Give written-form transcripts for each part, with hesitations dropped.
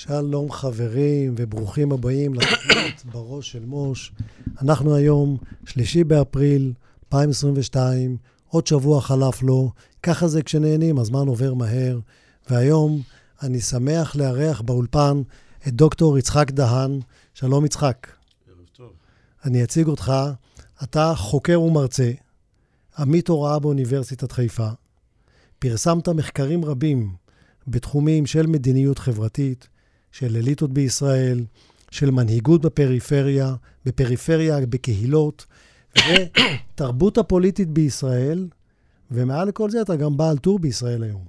שלום חברים וברוכים הבאים לתוכנית בראש של מוש. אנחנו היום 3 באפריל 2022, עוד שבוע חלף לו, ככה זה כשנהנים, הזמן עובר מהר, והיום אני שמח לארח באולפן את דוקטור יצחק דהן. שלום יצחק. ערב טוב. אני אציג אותך, אתה חוקר ומרצה, עמית הוראה באוניברסיטת חיפה, פרסמת מחקרים רבים בתחומים של מדיניות חברתית, של אליטות בישראל, של מנהיגות בפריפריה, בקהילות, ותרבות הפוליטית בישראל, ומעל לכל זה אתה גם בעל טור בישראל היום.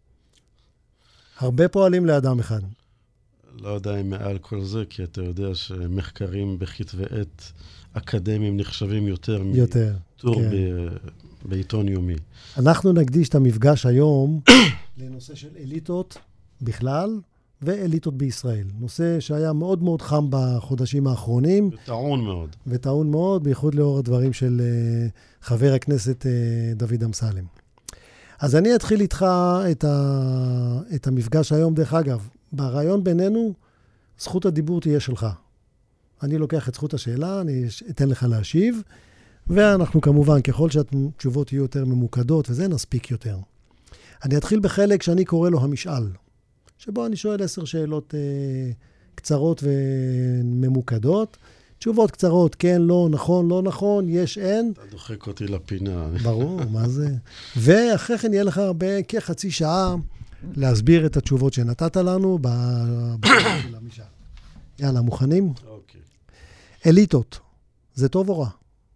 הרבה פועלים לאדם אחד. לא יודע אם מעל כל זה, כי אתה יודע שמחקרים בכתבי עת אקדמיים נחשבים יותר מטור כן. בעיתון יומי. אנחנו נקדיש את המפגש היום לנושא של אליטות בכלל, ואליטות בישראל. נושא שהיה מאוד מאוד חם בחודשים האחרונים. וטעון מאוד, בייחוד לאור הדברים של חבר הכנסת דוד אמסלם. אז אני אתחיל איתך את המפגש היום. דרך אגב, ברעיון בינינו, זכות הדיבור תהיה שלך. אני לוקח את זכות השאלה, אני אתן לך להשיב, ואנחנו כמובן, ככל שהתשובות יהיו יותר ממוקדות, וזה נספיק יותר. אני אתחיל בחלק שאני קורא לו המשאל. שבו אני שואל 10 שאלות קצרות וממוקדות. תשובות קצרות, כן, לא, נכון, לא נכון, יש, אין. אתה דוחק אותי לפינה. ברור, מה זה? ואחרי כן יהיה לך הרבה, כחצי שעה, להסביר את התשובות שנתת לנו של המשאל. יאללה, מוכנים? אוקיי. אליטות, זה טוב או רע?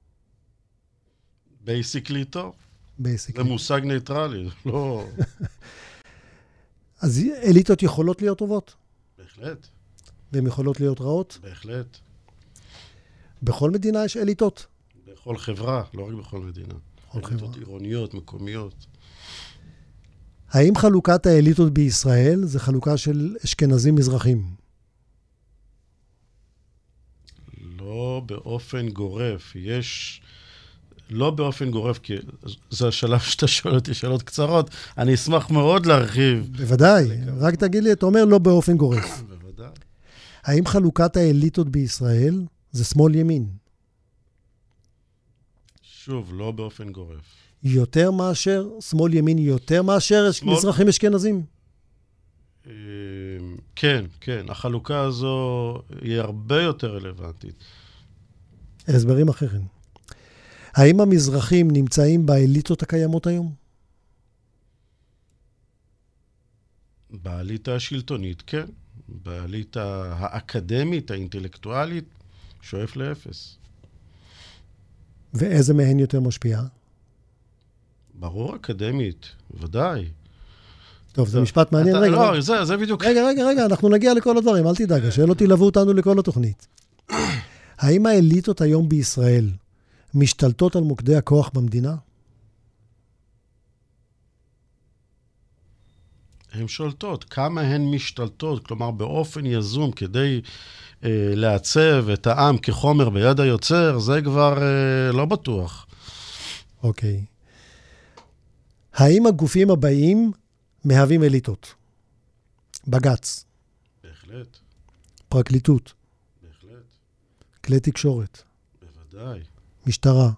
בייסיקלי טוב. בייסיקלי. זה מושג ניטרלי, לא... אז אליטות יכולות להיות טובות? בהחלט. והן יכולות להיות רעות? בהחלט. בכל מדינה יש אליטות? בכל חברה, לא רק בכל מדינה. בכל חברה. אליטות עירוניות, מקומיות. האם חלוקת האליטות בישראל זה חלוקה של אשכנזים מזרחים? לא באופן גורף. לא באופן גורף, כי זה השלב שאתה שואל אותי שאלות קצרות. אני אשמח מאוד להרחיב. בוודאי. רק תגיד לי, אתה אומר לא באופן גורף. בוודאי. האם חלוקת האליטות בישראל זה שמאל ימין? שוב, לא באופן גורף. יותר מאשר, שמאל ימין יותר מאשר מזרחים אשכנזים? כן, כן. החלוקה הזו היא הרבה יותר רלוונטית. הסברים אחרים. האם המזרחים נמצאים באליטות הקיימות היום? באליטה השלטונית, כן. באליטה האקדמית, האינטלקטואלית, שואף לאפס. ואיזה מהן יותר משפיעה? ברור אקדמית, ודאי. טוב, זה משפט מעניין. לא, זה בדיוק. רגע, אנחנו נגיע לכל הדברים, אל תדאג, השאלות ילוו אותנו לכל התוכנית. האם האליטות היום בישראל משתלטות על מוקדי הכוח במדינה? הן שולטות. כמה הן משתלטות, כלומר באופן יזום כדי לעצב את העם כחומר ביד היוצר, זה כבר לא בטוח. אוקיי. האם הגופים הבאים מהווים אליטות? בג"ץ. בהחלט. פרקליטות. בהחלט. כלי תקשורת. בוודאי. משטרה.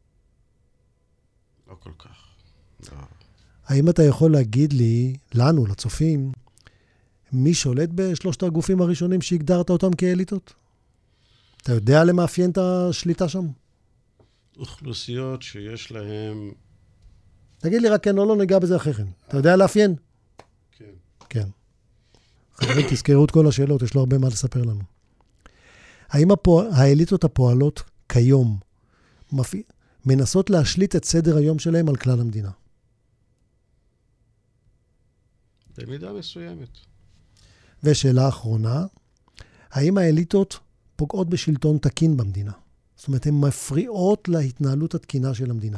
לא כל כך. לא. האם אתה יכול להגיד לי, לנו, לצופים, מי שולט בשלושת הגופים הראשונים שהגדרת אותם כאליטות? אתה יודע למאפיין את השליטה שם? אוכלוסיות שיש להם... תגיד לי רק כן או לא, ניגע בזה אחרי כן. אתה יודע לאפיין? כן. כן. חברים, תזכרו את כל השאלות, יש לו הרבה מה לספר לנו. האם האליטות הפועלות כיום מנסות להשליט את סדר היום שלהם על כלל המדינה? במידה מסוימת. ושאלה אחרונה, האם האליטות פוגעות בשלטון תקין במדינה? זאת אומרת, הן מפריעות להתנהלות התקינה של המדינה.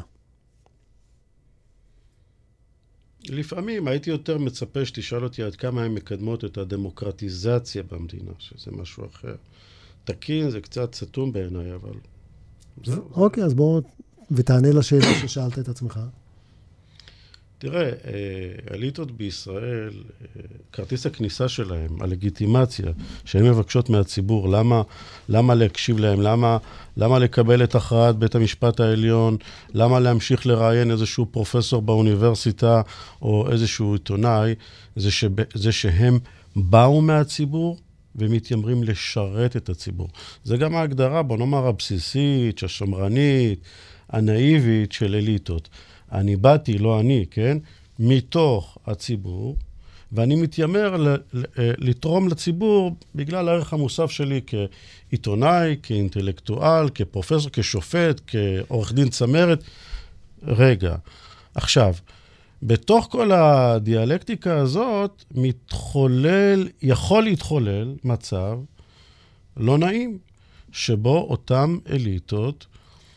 לפעמים הייתי יותר מצפה שתשאל אותי עד כמה הן מקדמות את הדמוקרטיזציה במדינה, שזה משהו אחר. תקין זה קצת סתום בעיניי, אבל... אוקיי, אז בואו ותענה לשאלה ששאלת את עצמך. תראה, אליטות בישראל, כרטיס הכניסה שלהם, הלגיטימציה שהן מבקשות מהציבור, למה להקשיב להם, למה לקבל את הכרעת בית המשפט העליון, למה להמשיך לראיין איזשהו פרופסור באוניברסיטה או איזשהו עיתונאי, זה שהם באו מהציבור ומתיימרים לשרת את הציבור. זה גם ההגדרה, בוא נאמר, הבסיסית, השמרנית, הנאיבית של אליטות. אני באתי, לא אני, כן? מתוך הציבור, ואני מתיימר לתרום לציבור בגלל הערך המוסף שלי כעיתונאי, כאינטלקטואל, כפרופסור, כשופט, כעורך דין צמרת. רגע, עכשיו, בתוך כל הדיאלקטיקה הזאת יכול להתחולל מצב לא נעים, שבו אותם אליטות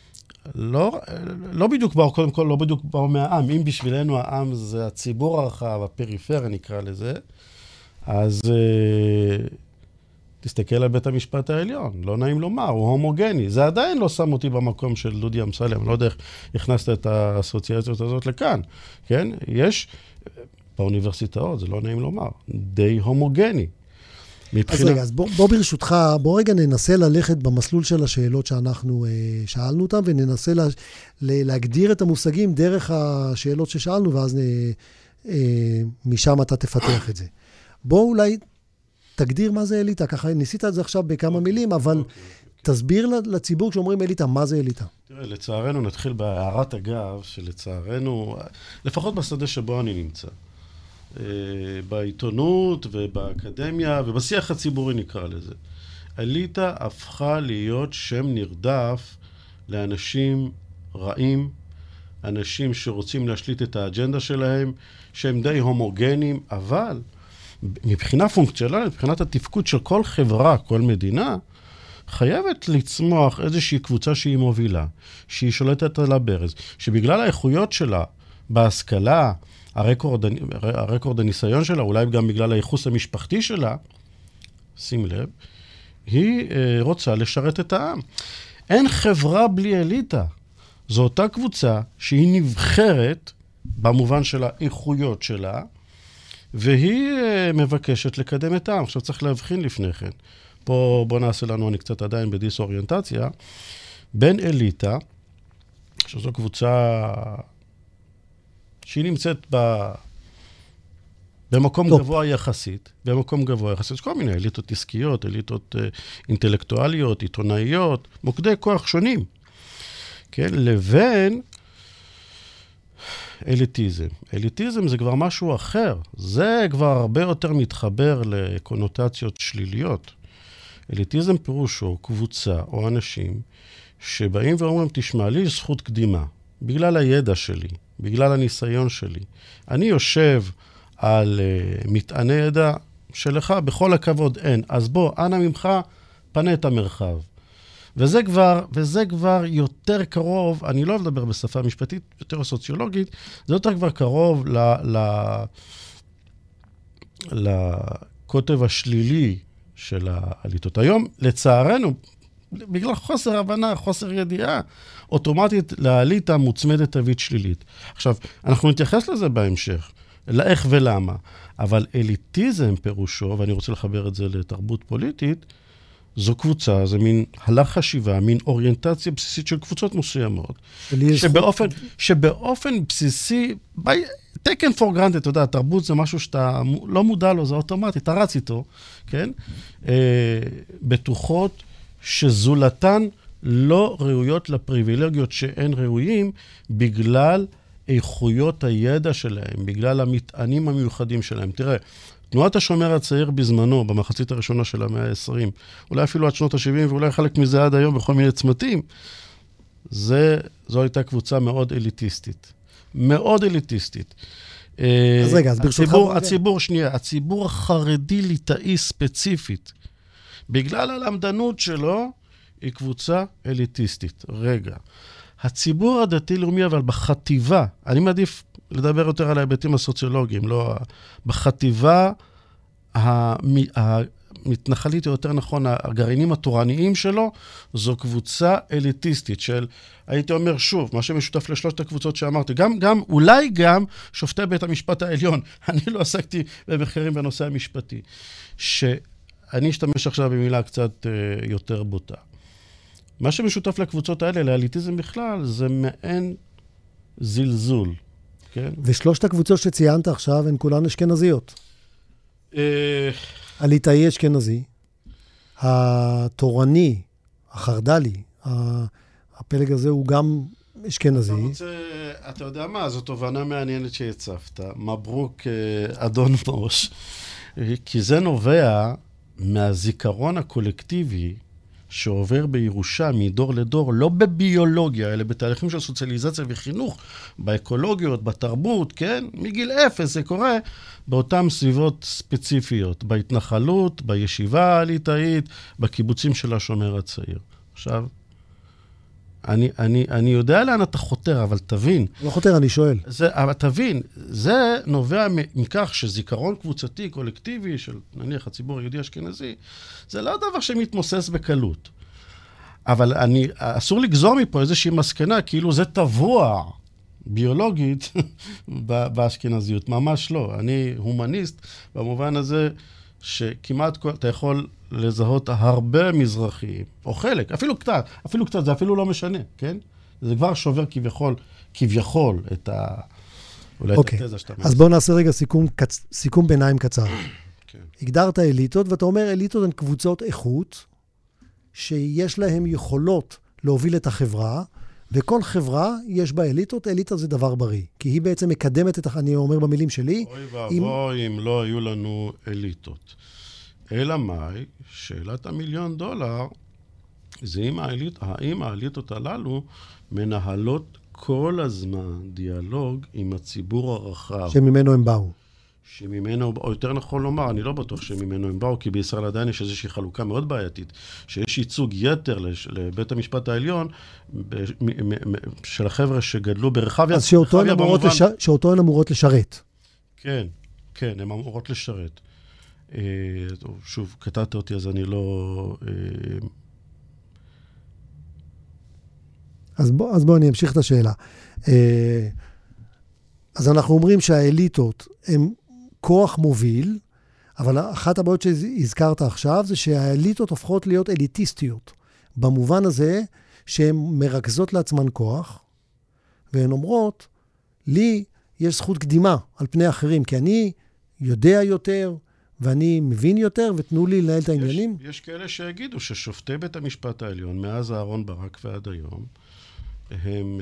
לא בדיוק באו, קודם כל, לא בדיוק באו מהעם. אם בשבילנו העם זה הציבור הרחב, הפריפריה נקרא לזה, אז תסתכל על בית המשפט העליון, לא נעים לומר, הוא הומוגני. זה עדיין לא שם אותי במקום של דודי אמסלם, לא יודע איך הכנסת את האסוציאציות הזאת לכאן, כן? יש באוניברסיטאות, זה לא נעים לומר, די הומוגני. אז רגע, אז בוא ברשותך, בוא רגע ננסה ללכת במסלול של השאלות שאנחנו שאלנו אותם, וננסה להגדיר את המושגים דרך השאלות ששאלנו, ואז משם אתה תפתח את זה. בוא אולי תגדיר מה זה אליטה, ככה ניסית את זה עכשיו בכמה מילים, אבל תסביר לציבור כשאומרים אליטה, מה זה אליטה? תראה, לצערנו נתחיל בהערת אגב, שלצערנו, לפחות בשדה שבו אני נמצא. בעיתונות ובאקדמיה ובשיח הציבורי נקרא לזה. אליטה הפכה להיות שם נרדף לאנשים רעים, אנשים שרוצים להשליט את האג'נדה שלהם, שהם די הומוגנים, אבל מבחינה פונקציונלית, מבחינת התפקוד של כל חברה, כל מדינה, חייבת לצמוח איזושהי קבוצה שהיא מובילה, שהיא שולטת על הברז, שבגלל האיכויות שלה בהשכלה, הרקורד הניסיון שלה, אולי גם בגלל הייחוס המשפחתי שלה, שים לב, היא רוצה לשרת את העם. אין חברה בלי אליטה. זו אותה קבוצה שהיא נבחרת במובן של האיכויות שלה, והיא מבקשת לקדם את העם. עכשיו צריך להבחין לפני כן. פה בוא נעשה לנו, אני קצת עדיין בדיסאוריינטציה, בין אליטה, שזו קבוצה שהיא נמצאת במקום גבוה יחסית, יש כל מיני אליטות עסקיות, אליטות אינטלקטואליות, עיתונאיות, מוקדי כוח שונים, כן? לבין אליטיזם. אליטיזם זה כבר משהו אחר, זה כבר הרבה יותר מתחבר לקונוטציות שליליות. אליטיזם פירושו קבוצה או אנשים שבאים ואומרים, תשמע, לי יש זכות קדימה, בגלל הידע שלי, בגלל הניסיון שלי. אני יושב על מטעני ידע שלך, בכל הכבוד אין. אז בוא, אנא ממך, פנה את המרחב. וזה כבר יותר קרוב, אני לא מדבר בשפה משפטית, יותר סוציולוגית, זה יותר כבר קרוב לקוטב השלילי של האליטות. היום, לצערנו, בגלל חוסר הבנה, חוסר ידיעה, אוטומטית לאליטה מוצמדת תווית שלילית. עכשיו, אנחנו נתייחס לזה בהמשך, לאיך ולמה, אבל אליטיזם פירושו, ואני רוצה לחבר את זה לתרבות פוליטית, זו קבוצה, זה מין הלך חשיבה, מין אוריינטציה בסיסית של קבוצות מסוימות, שבאופן בסיסי, taken for granted, אתה יודע, תרבות זה משהו שאתה לא מודע לו, זה אוטומטי, אתה רץ איתו, כן? בטוחות שזולתן לא ראויות לפריבילגיות שאין ראויים, בגלל איכויות הידע שלהם, בגלל המטענים המיוחדים שלהם. תראה, תנועת השומר הצעיר בזמנו, במחצית הראשונה של המאה ה-20, אולי אפילו עד שנות ה-70, ואולי חלק מזה עד היום בכל מיני צמתים, זו הייתה קבוצה מאוד אליטיסטית. מאוד אליטיסטית. אז רגע, אז ברשותך... הציבור החרדי ליטאי ספציפית, בגלל הלמדנות שלו, היא קבוצה אליטיסטית. רגע, הציבור הדתי-לאומי, אבל בחטיבה, אני מעדיף לדבר יותר על ההיבטים הסוציולוגיים, לא בחטיבה המתנחלית, או יותר נכון, הגרעינים התורניים שלו, זו קבוצה אליטיסטית של, הייתי אומר שוב, מה שמשותף לשלושת הקבוצות שאמרתי, אולי גם שופטי בית המשפט העליון, אני לא עסקתי במחקרים בנושא המשפטי, שאני אשתמש עכשיו במילה קצת יותר בוטה. מה שמשותף לקבוצות האלה, לאליטיזם בכלל, זה מעין זלזול. כן? ושלושת הקבוצות שציינת עכשיו, הן כולן אשכנזיות. הליטאי אשכנזי, התורני, החרדלי, הפלג הזה הוא גם אשכנזי. אתה יודע מה, זו תובנה מעניינת שהצפת. מברוק אדון מוש. כי זה נובע מהזיכרון הקולקטיבי שעובר בירושה מדור לדור, לא בביולוגיה, אלא בתהליכים של סוציאליזציה וחינוך, באקולוגיות, בתרבות, כן? מגיל 0 זה קורה באותן סביבות ספציפיות, בהתנחלות, בישיבה הליטאית, בקיבוצים של השומר הצעיר. עכשיו, אני יודע לאן אתה חותר, אבל תבין. לא חותר, אני שואל. אבל תבין, זה נובע מכך שזיכרון קבוצתי, קולקטיבי, של נניח הציבור היהודי אשכנזי, זה לא דבר שמתמוסס בקלות. אבל אסור לגזור מפה איזושהי מסקנה, כאילו זה טבוע ביולוגית באשכנזיות. ממש לא. אני הומניסט במובן הזה שכמעט אתה יכול לזהות הרבה מזרחיים, או חלק, אפילו קצת, זה אפילו לא משנה, כן? זה כבר שובר כביכול את אולי את התזה שאתה אז בואו נעשה רגע סיכום ביניים קצר. הגדרת אליטות, ואתה אומר, אליטות הן קבוצות איכות, שיש להן יכולות להוביל את החברה, וכל חברה יש בה אליטות, אליטה זה דבר בריא, כי היא בעצם מקדמת אני אומר במילים שלי. אוי ואבוי אם לא היו לנו אליטות. אלא מאי, שאלת $1,000,000, זה האם האליטות הללו מנהלות כל הזמן דיאלוג עם הציבור הרחב. שממנו הם באו. או יותר נכון לומר, אני לא בטוח שממנו הם באו, כי בישראל עדיין יש איזושהי חלוקה מאוד בעייתית, שיש ייצוג יתר לבית המשפט העליון, של החבר'ה שגדלו ברחביה. אז שאותו הן אמורות לשרת. כן, הן אמורות לשרת. שוב, קטעת אותי, אז אני לא... אז בוא אני אמשיך את השאלה. אז אנחנו אומרים שהאליטות הן כוח מוביל, אבל אחת הבעיות שהזכרת עכשיו זה שהאליטות הופכות להיות אליטיסטיות. במובן הזה שהן מרכזות לעצמן כוח, והן אומרות, לי יש זכות קדימה על פני אחרים, כי אני יודע יותר, ואני מבין יותר, ותנו לי לנהל את העניינים. יש כאלה שיגידו ששופטי בית המשפט העליון, מאז אהרון ברק ועד היום, הם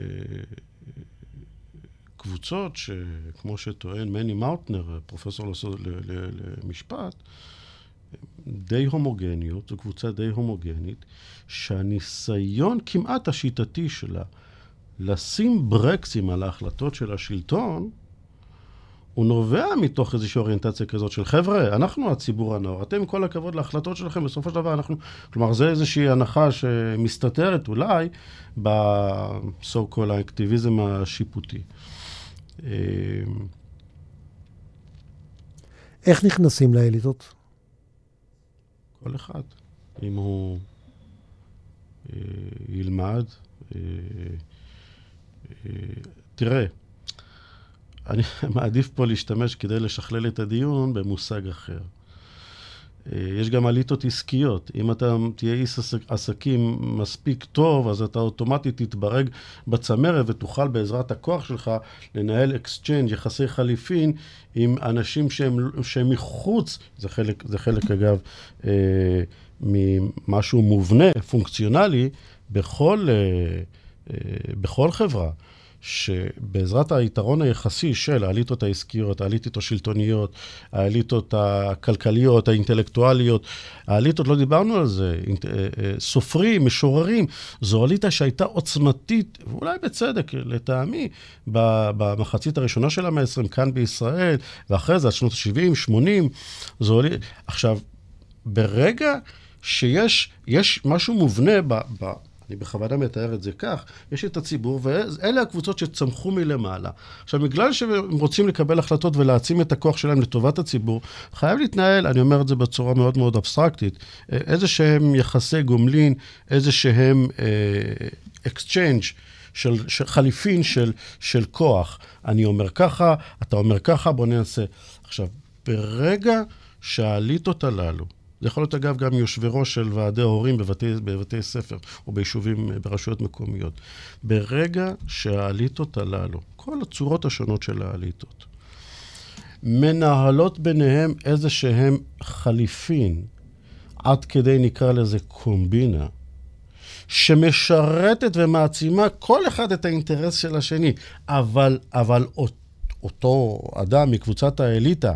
קבוצות שכמו שטוען מני מאוטנר, פרופסור למשפט, די הומוגניות, זו קבוצה די הומוגנית, שהניסיון כמעט השיטתי שלה לשים ברקסים על ההחלטות של השלטון, הוא נובע מתוך איזושהי אוריינטציה כזאת של חבר'ה, אנחנו הציבור הנאור, אתם עם כל הכבוד להחלטות שלכם, בסופו של דבר אנחנו, כלומר זה איזושהי הנחה שמסתתרת אולי בסו קול האקטיביזם השיפוטי. איך נכנסים לאליטות? כל אחד. אם הוא ילמד, תראה, אני מעדיף פה להשתמש כדי לשכלל את הדיון במושג אחר. יש גם אליטות עסקיות. אם אתה תהיה איש עסקים מספיק טוב, אז אתה אוטומטית תתברג בצמרת ותוכל בעזרת הכוח שלך לנהל אקסצ'יינג', יחסי חליפין, עם אנשים שהם מחוץ, זה חלק אגב ממשהו מובנה, פונקציונלי, בכל חברה. שבעזרת היתרון היחסי של האליטות העסקיות, האליטות השלטוניות, האליטות הכלכליות, האינטלקטואליות, האליטות, לא דיברנו על זה, סופרים, משוררים, זו אליטה שהייתה עוצמתית, ואולי בצדק לטעמי, במחצית הראשונה של המאה ה-20, כאן בישראל, ואחרי זה, עד שנות ה-70, 80, זו עכשיו, ברגע שיש משהו מובנה אני בכוונה מתאר את זה כך, יש את הציבור, ואלה הקבוצות שצמחו מלמעלה. עכשיו, בגלל שהם רוצים לקבל החלטות ולהעצים את הכוח שלהם לטובת הציבור, חייב להתנהל, אני אומר את זה בצורה מאוד מאוד אבסטרקטית, איזה שהם יחסי גומלין, איזה שהם exchange, חליפין של כוח. אני אומר ככה, אתה אומר ככה, בוא ננסה. עכשיו, ברגע שהאליטות הללו, זה יכול להיות אגב גם יושבי ראש של ועדי ההורים בבתי ספר או ביישובים, ברשויות מקומיות. ברגע שהאליטות הללו, כל הצורות השונות של האליטות, מנהלות ביניהם איזה שהם חליפין, עד כדי נקרא לזה קומבינה, שמשרתת ומעצימה כל אחד את האינטרס של השני, אבל אותו אדם מקבוצת האליטה,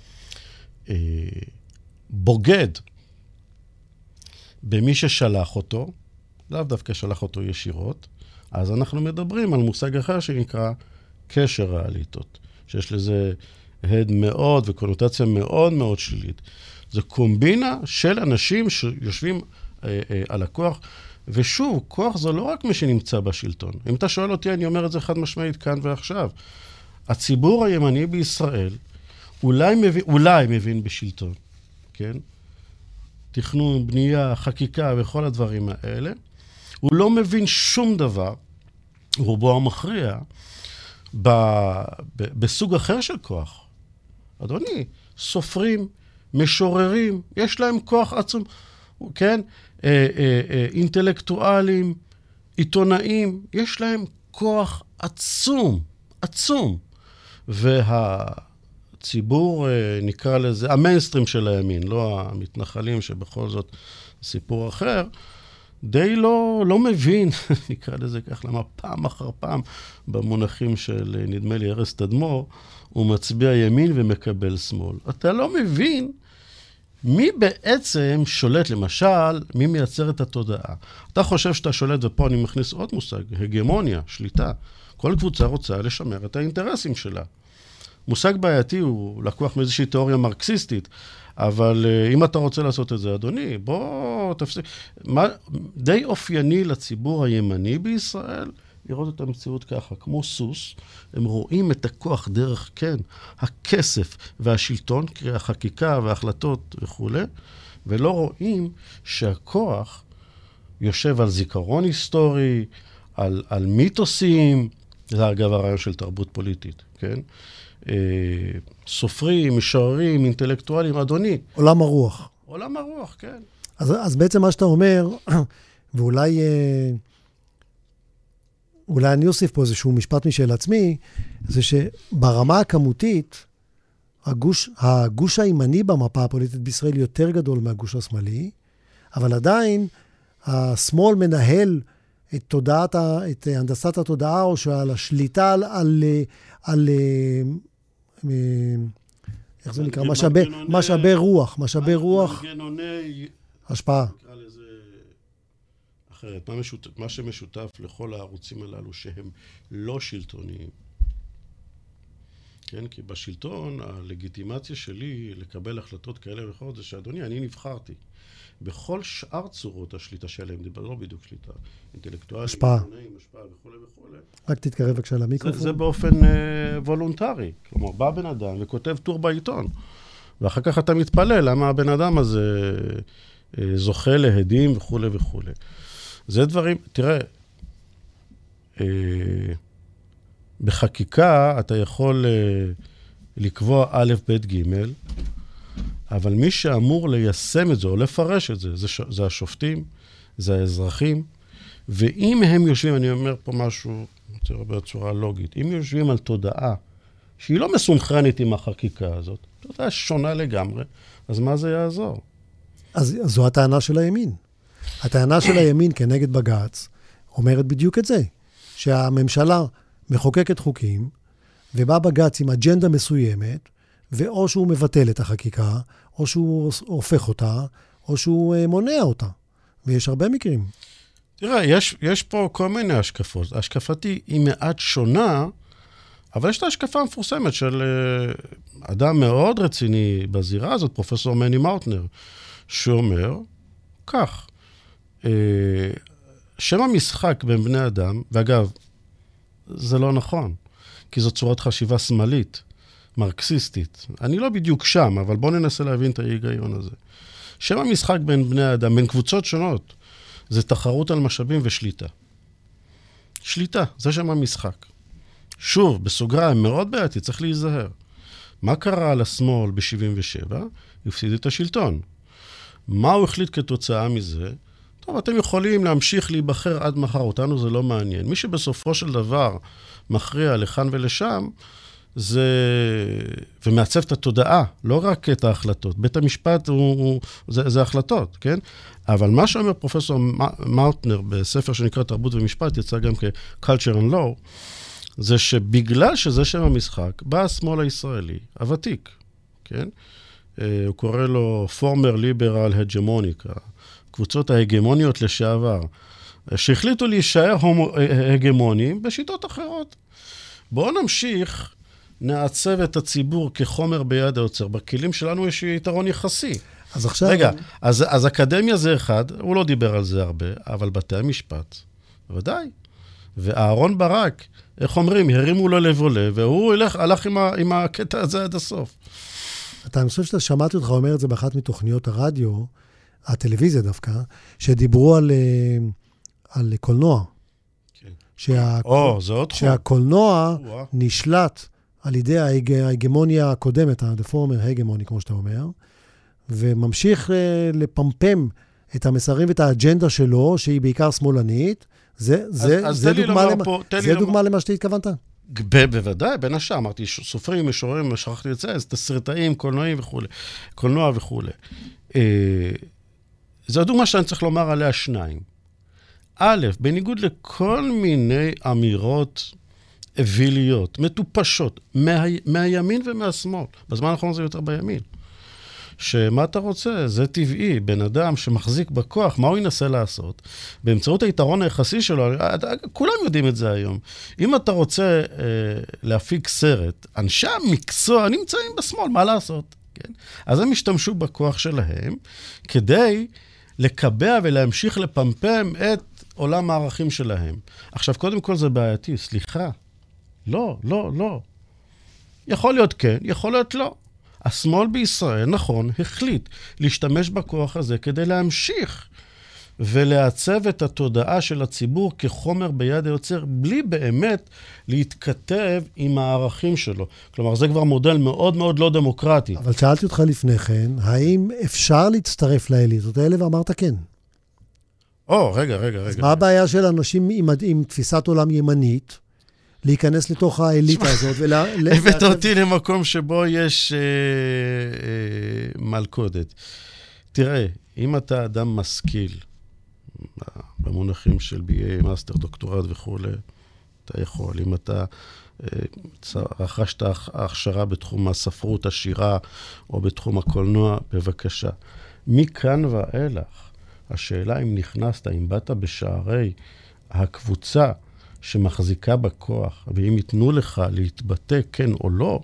בוגד במי ששלח אותו, לאו דווקא שלח אותו ישירות, אז אנחנו מדברים על מושג אחר שנקרא קשר האליטות, שיש לזה הד מאוד וקונוטציה מאוד מאוד שלילית. זו קומבינה של אנשים שיושבים על הכוח, ושוב, כוח זה לא רק מי שנמצא בשלטון. אם אתה שואל אותי, אני אומר את זה חד משמעית כאן ועכשיו. הציבור הימני בישראל אולי מבין בשלטון, כן? תכנון, בנייה, חקיקה וכל הדברים האלה. הוא לא מבין שום דבר, רובו המכריע, בסוג אחר של כוח. אדוני, סופרים, משוררים, יש להם כוח עצום, כן? אינטלקטואלים, עיתונאים, יש להם כוח עצום, עצום. והציבור, נקרא לזה, המיינסטרים של הימין, לא המתנחלים שבכל זאת סיפור אחר, די לא מבין, נקרא לזה כך, למה פעם אחר פעם במונחים של נדמה לי ארז תדמור, הוא מצביע ימין ומקבל שמאל. אתה לא מבין מי בעצם שולט, למשל, מי מייצר את התודעה. אתה חושב שאתה שולט, ופה אני מכניס עוד מושג, הגמוניה, שליטה. כל קבוצה רוצה לשמר את האינטרסים שלה. מושג בעייתי הוא לקוח מאיזושהי תיאוריה מרקסיסטית, אבל אם אתה רוצה לעשות את זה, אדוני, בוא תפסיק. די אופייני לציבור הימני בישראל, לראות את המציאות ככה, כמו סוס, הם רואים את הכוח דרך, כן, הכסף והשלטון, קרי החקיקה וההחלטות וכו', ולא רואים שהכוח יושב על זיכרון היסטורי, על מיתוסים, זה אגב הרעיון של תרבות פוליטית, כן? סופרים, משוררים, אינטלקטואלים, אדוני. עולם הרוח. עולם הרוח, כן. אז בעצם מה שאתה אומר, ואולי אני אוסיף פה איזשהו משפט משל עצמי, זה שברמה הכמותית, הגוש הימני במפה הפוליטית בישראל יותר גדול מהגוש השמאלי, אבל עדיין השמאל מנהל את הנדסת התודעה, או שעל השליטה על איך זה נקרא? משאבי רוח. מנגנוני השפעה. נקרא לזה אחרת. מה שמשותף לכל הערוצים הללו שהם לא שלטוניים. כן? כי בשלטון הלגיטימציה שלי לקבל החלטות כאלה ואחרות זה שאדוני, אני נבחרתי. בכל שאר צורות השליטה שלהם, לא בדיוק שליטה, אינטלקטואלית, השפעה וכו' וכו'. רק תתקרב בבקשה למיקרופון. זה באופן וולונטרי. כלומר, בא בן אדם וכותב טור בעיתון, ואחר כך אתה מתפלא למה הבן אדם הזה זוכה להדים וכו' וכו'. זה דברים, תראה, בחקיקה אתה יכול לקבוע א', ב', ג', אבל מי שאמור ליישם את זה או לפרש את זה, זה השופטים, זה האזרחים, ואם הם יושבים, אני אומר פה משהו בצורה לוגית, אם יושבים על תודעה שהיא לא מסונכרנית עם החקיקה הזאת, תודעה שונה לגמרי, אז מה זה יעזור? אז זו הטענה של הימין. הטענה של הימין כנגד בג"ץ אומרת בדיוק את זה, שהממשלה מחוקקת חוקים, ובא בג"ץ עם אג'נדה מסוימת, ואו שהוא מבטל את החקיקה, או שהוא הופך אותה, או שהוא מונע אותה. ויש הרבה מקרים. תראה, יש פה כל מיני השקפות. השקפתי היא מעט שונה, אבל יש את ההשקפה המפורסמת של אדם מאוד רציני בזירה הזאת, פרופסור מני מאוטנר, שאומר כך, שם המשחק בין בני אדם, ואגב, זה לא נכון, כי זו צורת חשיבה שמאלית, מרקסיסטית. אני לא בדיוק שם, אבל בואו ננסה להבין את ההיגיון הזה. שם המשחק בין בני אדם, בין קבוצות שונות, זה תחרות על משאבים ושליטה. שליטה, זה שם המשחק. שוב, בסוגריים, מאוד בעייתי, צריך להיזהר. מה קרה לשמאל ב-77? הפסיד את השלטון. מה הוא החליט כתוצאה מזה? טוב, אתם יכולים להמשיך להיבחר עד מחר, אותנו זה לא מעניין. מי שבסופו של דבר מכריע לכאן ולשם, ומעצב את התודעה, לא רק את ההחלטות. בית המשפט זה החלטות, כן? אבל מה שאומר פרופסור מאוטנר בספר שנקרא תרבות ומשפט, יצא גם כ-Culture and Law, זה שבגלל שזה שם המשחק, בא השמאל הישראלי, הוותיק, כן? הוא קורא לו Former Liberal Hegemonic, קבוצות ההגמוניות לשעבר, שהחליטו להישאר הגמונים בשיטות אחרות. בואו נמשיך, נעצב את הציבור כחומר ביד היוצר. בכלים שלנו יש יתרון יחסי. אז עכשיו... רגע, אז אקדמיה זה אחד, הוא לא דיבר על זה הרבה, אבל בתי המשפט, בוודאי. ואהרון ברק, איך אומרים, הרימו לו לב עולה, והוא הלך עם הקטע הזה עד הסוף. אני חושב שאתה שמעתי אותך אומר את זה באחת מתוכניות הרדיו, הטלוויזיה דווקא, שדיברו על קולנוע. שהקולנוע נשלט על ידי ההגמוניה הקודמת, the former hegemony, כמו שאתה אומר, וממשיך לפמפם את המסרים ואת האג'נדה שלו, שהיא בעיקר שמאלנית. זה דוגמה למה שאתה התכוונת? בוודאי, בין השאר, אמרתי, סופרים, משוררים, שכחתי את זה, אז תסריטאים, קולנועים וכו', קולנוע וכו'. זו דוגמה שאני צריך לומר עליה שניים. א', בניגוד לכל מיני אמירות אוויליות, מטופשות, מהימין ומהשמאל, בזמן האחרון זה יותר בימין, שמה אתה רוצה? זה טבעי, בן אדם שמחזיק בכוח, מה הוא ינסה לעשות? באמצעות היתרון היחסי שלו, כולם יודעים את זה היום. אם אתה רוצה להפיק סרט, אנשי המקצוע נמצאים בשמאל, מה לעשות? כן? אז הם השתמשו בכוח שלהם, כדי לקבע ולהמשיך לפמפם את עולם הערכים שלהם. עכשיו, קודם כל זה בעייתי, סליחה. לא. יכול להיות כן, יכול להיות לא. השמאל בישראל, נכון, החליט להשתמש בכוח הזה כדי להמשיך ולעצב את התודעה של הציבור כחומר ביד היוצר, בלי באמת להתכתב עם הערכים שלו. כלומר, זה כבר מודל מאוד מאוד לא דמוקרטי. אבל שאלתי אותך לפני כן, האם אפשר להצטרף לאליטות האלה, ואמרת כן. רגע. אז מה הבעיה של אנשים עם תפיסת עולם ימנית, להיכנס לתוך האליטה הזאת הבאת אותי למקום שבו יש מלכודת. תראה, אם אתה אדם משכיל, במונחים של BA, מאסטר, דוקטורט וכו', אתה יכול. אם אתה רכשת הכשרה בתחום הספרות, השירה, או בתחום הקולנוע, בבקשה. מכאן ואילך, השאלה אם נכנסת, אם באת בשערי הקבוצה שמחזיקה בכוח, ואם ייתנו לך להתבטא כן או לא,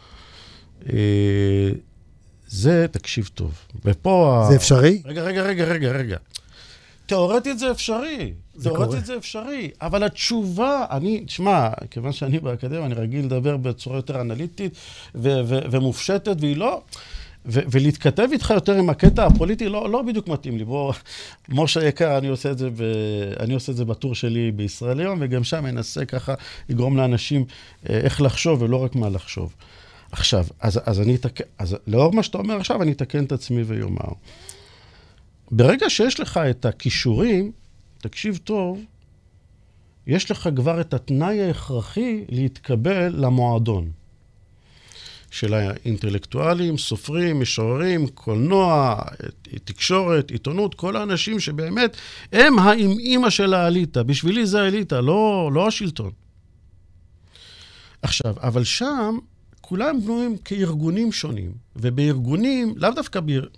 זה תקשיב טוב. ופה... זה אפשרי? רגע. תיאורטית זה אפשרי. אבל התשובה, תשמע, כיוון שאני באקדמיה, אני רגיל לדבר בצורה יותר אנליטית ומופשטת, והיא לא... ולהתכתב איתך יותר עם הקטע הפוליטי, לא בדיוק מתאים לי. בוא, משה יקר, אני עושה את זה בטור שלי בישראל היום, וגם שם אנסה ככה לגרום לאנשים איך לחשוב, ולא רק מה לחשוב. עכשיו, אז לאור מה שאתה אומר עכשיו, אני אתקן את עצמי ויאמר. ברגע שיש לך את הכישורים, תקשיב טוב, יש לך כבר את התנאי ההכרחי להתקבל למועדון. של האינטלקטואלים, סופרים, משוררים, קולנוע, תקשורת, עיתונות, כל האנשים שבאמת הם האמא של האליטה. בשבילי זה האליטה, לא השלטון. עכשיו, אבל שם כולם בנויים כארגונים שונים, ובארגונים, לאו דווקא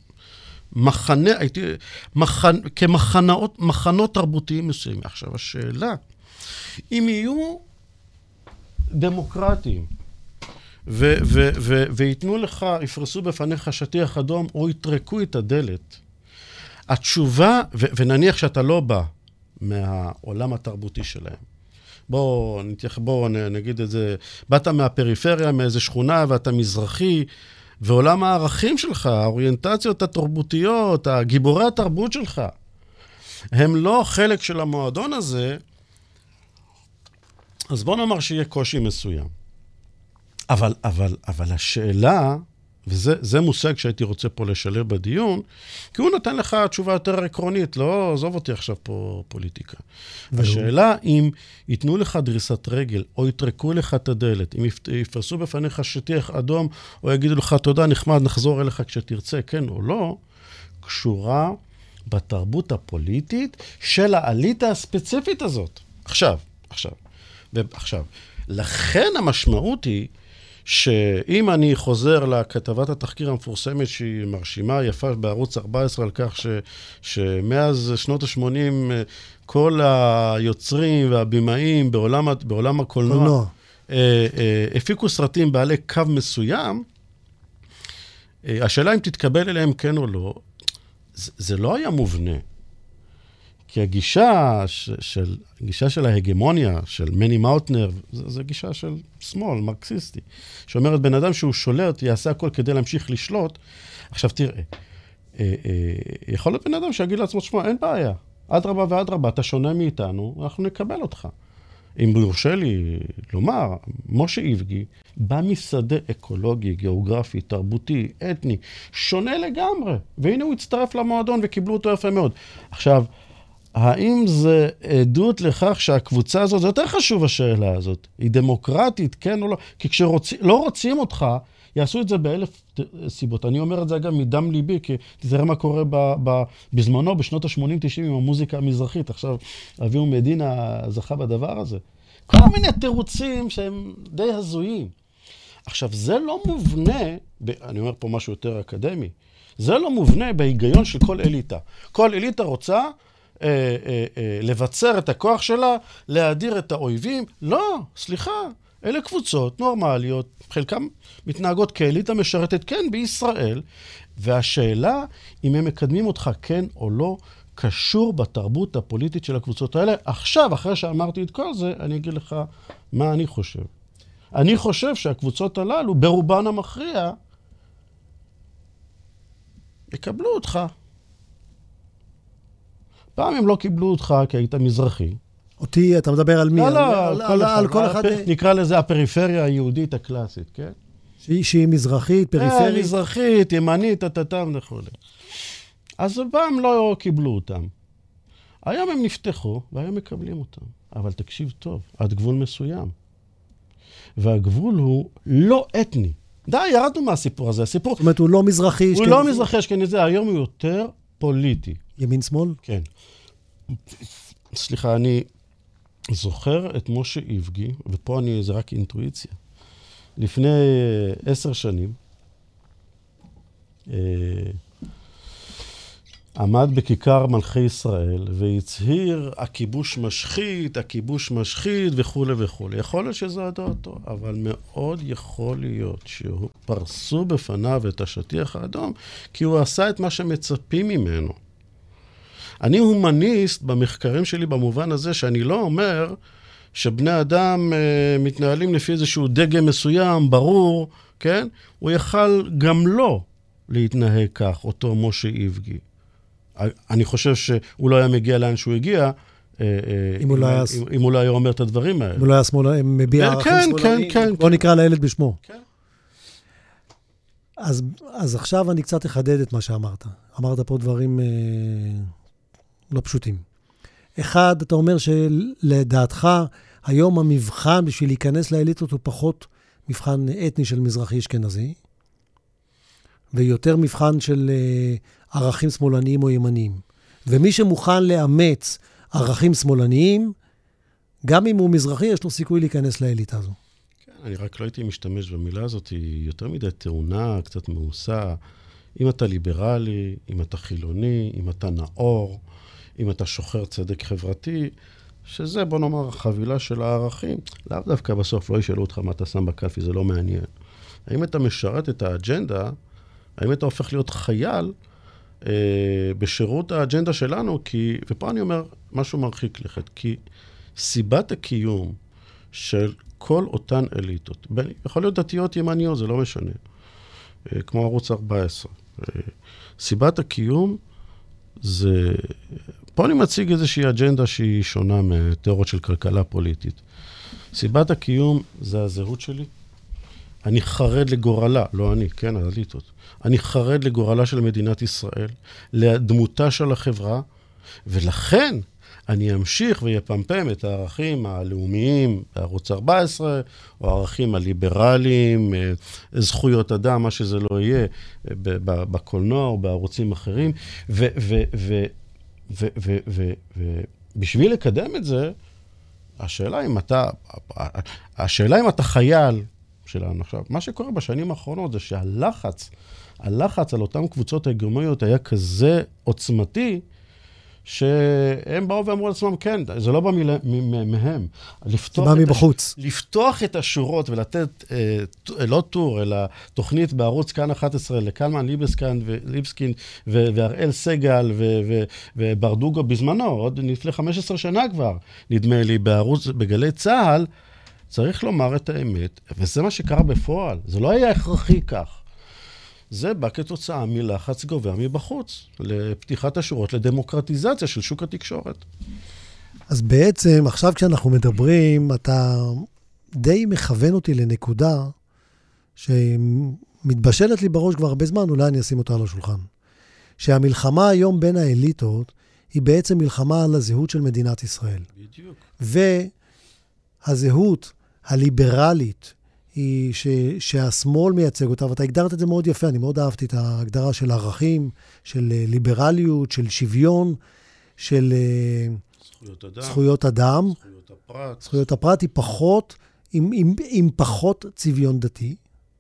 כמחנות תרבותיים מסוימים. עכשיו, השאלה, אם יהיו דמוקרטיים, ויתנו לך, יפרסו בפניך שטיח אדום, או יתרקו את הדלת. התשובה, ונניח שאתה לא בא מהעולם התרבותי שלהם. בואו נגיד את זה, באת מהפריפריה, מאיזה שכונה, ואתה מזרחי, ועולם הערכים שלך, האוריינטציות התרבותיות, הגיבורי התרבות שלך, הם לא חלק של המועדון הזה, אז בוא נאמר שיהיה קושי מסוים. אבל השאלה, וזה מושג שהייתי רוצה פה לשלב בדיון, כי הוא נותן לך תשובה יותר עקרונית, לא עזוב אותי עכשיו פה פוליטיקה. השאלה אם ייתנו לך דריסת רגל, או יתרקו לך את הדלת, אם יפרסו בפניך שטיח אדום, או יגידו לך תודה, נחמד, נחזור אליך כשתרצה, כן או לא, קשורה בתרבות הפוליטית של האליטה הספציפית הזאת. עכשיו. לכן המשמעות היא, שאם אני חוזר לכתבת התחקיר המפורסמת שהיא מרשימה, יפה בערוץ 14 על כך שמאז שנות ה-80 כל היוצרים והבימאים בעולם הקולנוע הפיקו סרטים בעלי קו מסוים, השאלה אם תתקבל אליהם כן או לא, זה לא היה מובנה. כי הגישה של ההגמוניה, של מני מאוטנר, זה גישה של שמאל, מרקסיסטי, שאומרת, בן אדם שהוא שולט, יעשה הכל כדי להמשיך לשלוט. עכשיו תראה, יכול להיות בן אדם שיגיד לעצמו, שמה, אין בעיה, אדרבה ואדרבה, אתה שונה מאיתנו, אנחנו נקבל אותך. אם יורשה לי לומר, משה איבגי, בא משדה אקולוגי, גיאוגרפי, תרבותי, אתני, שונה לגמרי, והנה הוא הצטרף למועדון וקיבלו אותו יפה מאוד. עכשיו, האם זה עדות לכך שהקבוצה הזאת, זה יותר חשוב השאלה הזאת, היא דמוקרטית, כן או לא? כי כשלא רוצים אותך, יעשו את זה באלף סיבות. אני אומר את זה אגב מדם ליבי, כי תראה מה קורה בזמנו, בשנות ה-80-90 עם המוזיקה המזרחית. עכשיו, אביהו מדינה זכה בדבר הזה. כל מיני תירוצים שהם די הזויים. עכשיו, זה לא מובנה, אני אומר פה משהו יותר אקדמי, זה לא מובנה בהיגיון של כל אליטה. כל אליטה רוצה לבצר את הכוח שלה, להדיר את האויבים. לא, סליחה, אלה קבוצות נורמליות, חלקם מתנהגות כאליטה משרתת, כן, בישראל, והשאלה אם הם מקדמים אותך כן או לא, קשור בתרבות הפוליטית של הקבוצות האלה. עכשיו, אחרי שאמרתי את כל זה, אני אגיד לך מה אני חושב. אני חושב שהקבוצות הללו, ברובן המכריע, יקבלו אותך. פעם הם לא קיבלו אותך כי היית מזרחי. אותי, אתה מדבר על מי? על כל אחד. נקרא לזה הפריפריה היהודית הקלאסית, כן? שהיא מזרחית, פריפרית? מזרחית, ימנית, תתם וכו'. אז פעם לא קיבלו אותם. היום הם נפתחו, והיום מקבלים אותם. אבל תקשיב טוב, עד גבול מסוים. והגבול הוא לא אתני. די, ירדנו מהסיפור הזה. הסיפור... זאת אומרת, הוא לא מזרחי. הוא לא מזרחי, אשכנזי, היום הוא יותר פוליטי. ימין שמאל? כן. סליחה, אני זוכר את משה איבגי, ופה זה רק אינטואיציה. לפני 10 שנים, עמד בכיכר מלכי ישראל, והצהיר, הכיבוש משחית וכו' וכו'. יכול להיות שזה הדעתו, אבל מאוד יכול להיות שהוא פרסו בפניו את השטיח האדום, כי הוא עשה את מה שמצפים ממנו. אני הומניסט במחקרים שלי במובן הזה, שאני לא אומר שבני אדם מתנהלים לפי איזשהו דגם מסוים, ברור, כן? הוא יכל גם לא להתנהג כך, אותו משה איבגי. אני חושב שהוא לא היה מגיע לאן שהוא הגיע, אם הוא לא היה אומר את הדברים האלה. אם הוא לא היה שמאל, מביע ערכים שמאלניים. כן. בוא נקרא לילד בשמו. כן. אז עכשיו אני קצת אחדד את מה שאמרת. אמרת פה דברים לא פשוטים. אחד, אתה אומר שלדעתך, היום המבחן בשביל להיכנס לאליטות הוא פחות מבחן אתני של מזרחי אשכנזי, ויותר מבחן של ערכים שמאלניים או ימניים. ומי שמוכן לאמץ ערכים שמאלניים, גם אם הוא מזרחי, יש לו סיכוי להיכנס לאליטה הזו. כן, אני רק לא הייתי משתמש במילה הזאת, היא יותר מדי טעונה, קצת מעושה. אם אתה ליברלי, אם אתה חילוני, אם אתה נאור, אם אתה שוחר צדק חברתי, שזה, בוא נאמר, חבילה של הערכים, לאו דווקא בסוף לא ישאלו אותך מה אתה שם בקלפי, זה לא מעניין. האם אתה משרת את האג'נדה, האם אתה הופך להיות חייל, בשירות האג'נדה שלנו, ופה אני אומר משהו מרחיק לכת, כי סיבת הקיום של כל אותן אליטות, יכול להיות דתיות ימניות, זה לא משנה, כמו ערוץ 14. סיבת הקיום זה, פה אני מציג איזושהי אג'נדה שהיא שונה מתיאוריות של כלכלה פוליטית. סיבת הקיום זה הזהות שלי. אני חרד לגורלה, לא אני, כן, האליטות. אני חרד לגורלה של מדינת ישראל, לדמותה של החברה, ולכן אני אמשיך ויפמפם את הערכים הלאומיים בערוץ 14, או הערכים הליברליים, זכויות אדם, מה שזה לא יהיה, בקולנוע או בערוצים אחרים, ובשביל לקדם את זה, השאלה אם אתה חייל שלנו. עכשיו, מה שקורה בשנים האחרונות זה שהלחץ על אותן קבוצות ההגמוניות היה כזה עוצמתי, שהם באו ואמרו לעצמם, כן, זה לא בא מהם. זה בא מבחוץ. לפתוח את השורות ולתת, לא טור, אלא תוכנית בערוץ כאן 11 לקלמן ליבסקין והראל סגל וברדוגו בזמנו, עוד לפני 15 שנה כבר, נדמה לי, בערוץ, בגלי צהל, צריך לומר את האמת, וזה מה שקרה בפועל. זה לא היה הכרחי כך. זה בא כתוצאה מלחץ גובר מבחוץ, לפתיחת השורות, לדמוקרטיזציה של שוק התקשורת. אז בעצם, עכשיו כשאנחנו מדברים, אתה די מכוון אותי לנקודה שמתבשלת לי בראש כבר הרבה זמן, אולי אני אשים אותה על השולחן. שהמלחמה היום בין האליטות, היא בעצם מלחמה על הזהות של מדינת ישראל. בדיוק. והזהות הליברלית, היא שהשמאל מייצג אותה, ואתה הגדרת את זה מאוד יפה, אני מאוד אהבתי את ההגדרה של ערכים, של ליברליות, של שוויון, של זכויות אדם. זכויות הפרט היא פחות, עם פחות צביון דתי.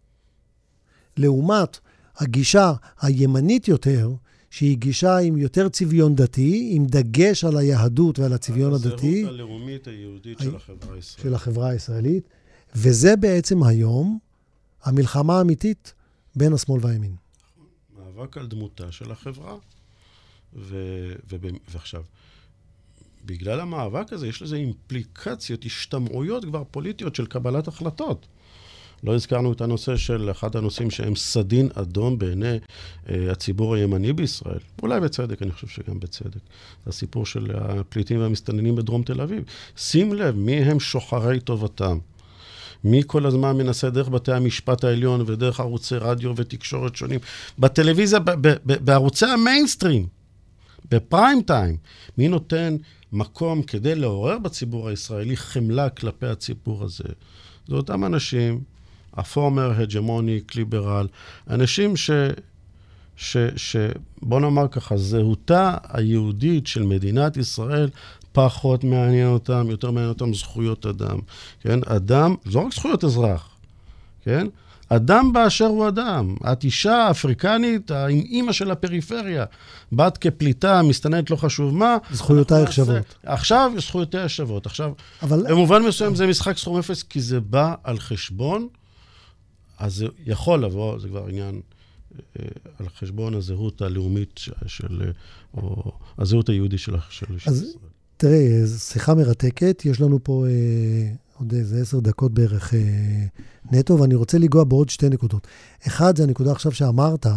לעומת הגישה הימנית יותר, שהיא גישה עם יותר צביון דתי, עם דגש על היהדות ועל הצביון הדתי. הזהות הלאומית היהודית של החברה הישראלית. של החברה הישראלית. וזה בעצם היום המלחמה האמיתית בין השמאל והימין. מאבק על דמותה של החברה. ועכשיו, בגלל המאבק הזה יש לזה אימפליקציות, השתמעויות כבר פוליטיות של קבלת החלטות. לא הזכרנו את הנושא של אחד הנושאים שהם סדין אדום בעיני הציבור הימני בישראל. אולי בצדק, אני חושב שגם בצדק. זה הסיפור של הפליטים והמסתננים בדרום תל אביב. שים לב מי הם שוחרי טובתם. מי כל הזמן מנסה דרך בתי המשפט העליון ודרך ערוצי רדיו ותקשורת שונים. בטלוויזיה, בערוצי המיינסטרים, בפריים טיים. מי נותן מקום כדי לעורר בציבור הישראלי חמלה כלפי הציבור הזה? זה אותם אנשים, הפורמר, הג'מוניק, ליברל, אנשים בוא נאמר ככה, זהותה היהודית של מדינת ישראל פחות מעניין אותם, יותר מעניין אותם זכויות אדם. כן? אדם, זו רק זכויות אזרח. כן? אדם באשר הוא אדם. את אישה אפריקנית, עם אימא של הפריפריה, בת כפליטה, מסתננת לא חשוב מה. זכויותייך שוות. עכשיו זכויותייך שוות. עכשיו, במובן מסוים זה משחק סכום אפס, כי זה בא על חשבון, אז זה יכול לבוא, זה כבר עניין על חשבון הזהות הלאומית או הזהות היהודית של ישראל. תראה, שיחה מרתקת, יש לנו פה עוד איזה 10 דקות בערך נטו, ואני רוצה לגוע בעוד 2 נקודות. אחד, זה הנקודה עכשיו שאמרת,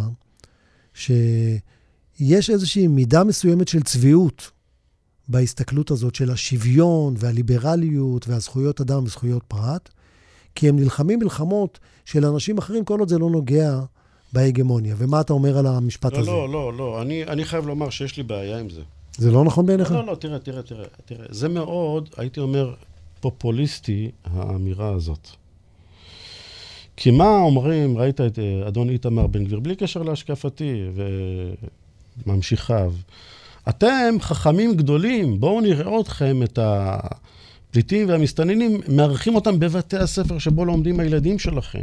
שיש איזושהי מידה מסוימת של צביעות בהסתכלות הזאת של השוויון והליברליות והזכויות אדם וזכויות פרט, כי הם נלחמים מלחמות של אנשים אחרים, כל עוד זה לא נוגע בהגמוניה. ומה אתה אומר על המשפט הזה? לא. אני חייב לומר שיש לי בעיה עם זה. זה לא נכון בעיניך? לא, תראה. זה מאוד, הייתי אומר, פופוליסטי, האמירה הזאת. כי מה אומרים, ראית את אדון איתמר בן גביר, בלי קשר להשקפתי וממשיכיו. אתם חכמים גדולים, בואו נראה אתכם את הפליטים והמסתננים, מארחים אותם בבתי הספר שבו לומדים הילדים שלכם.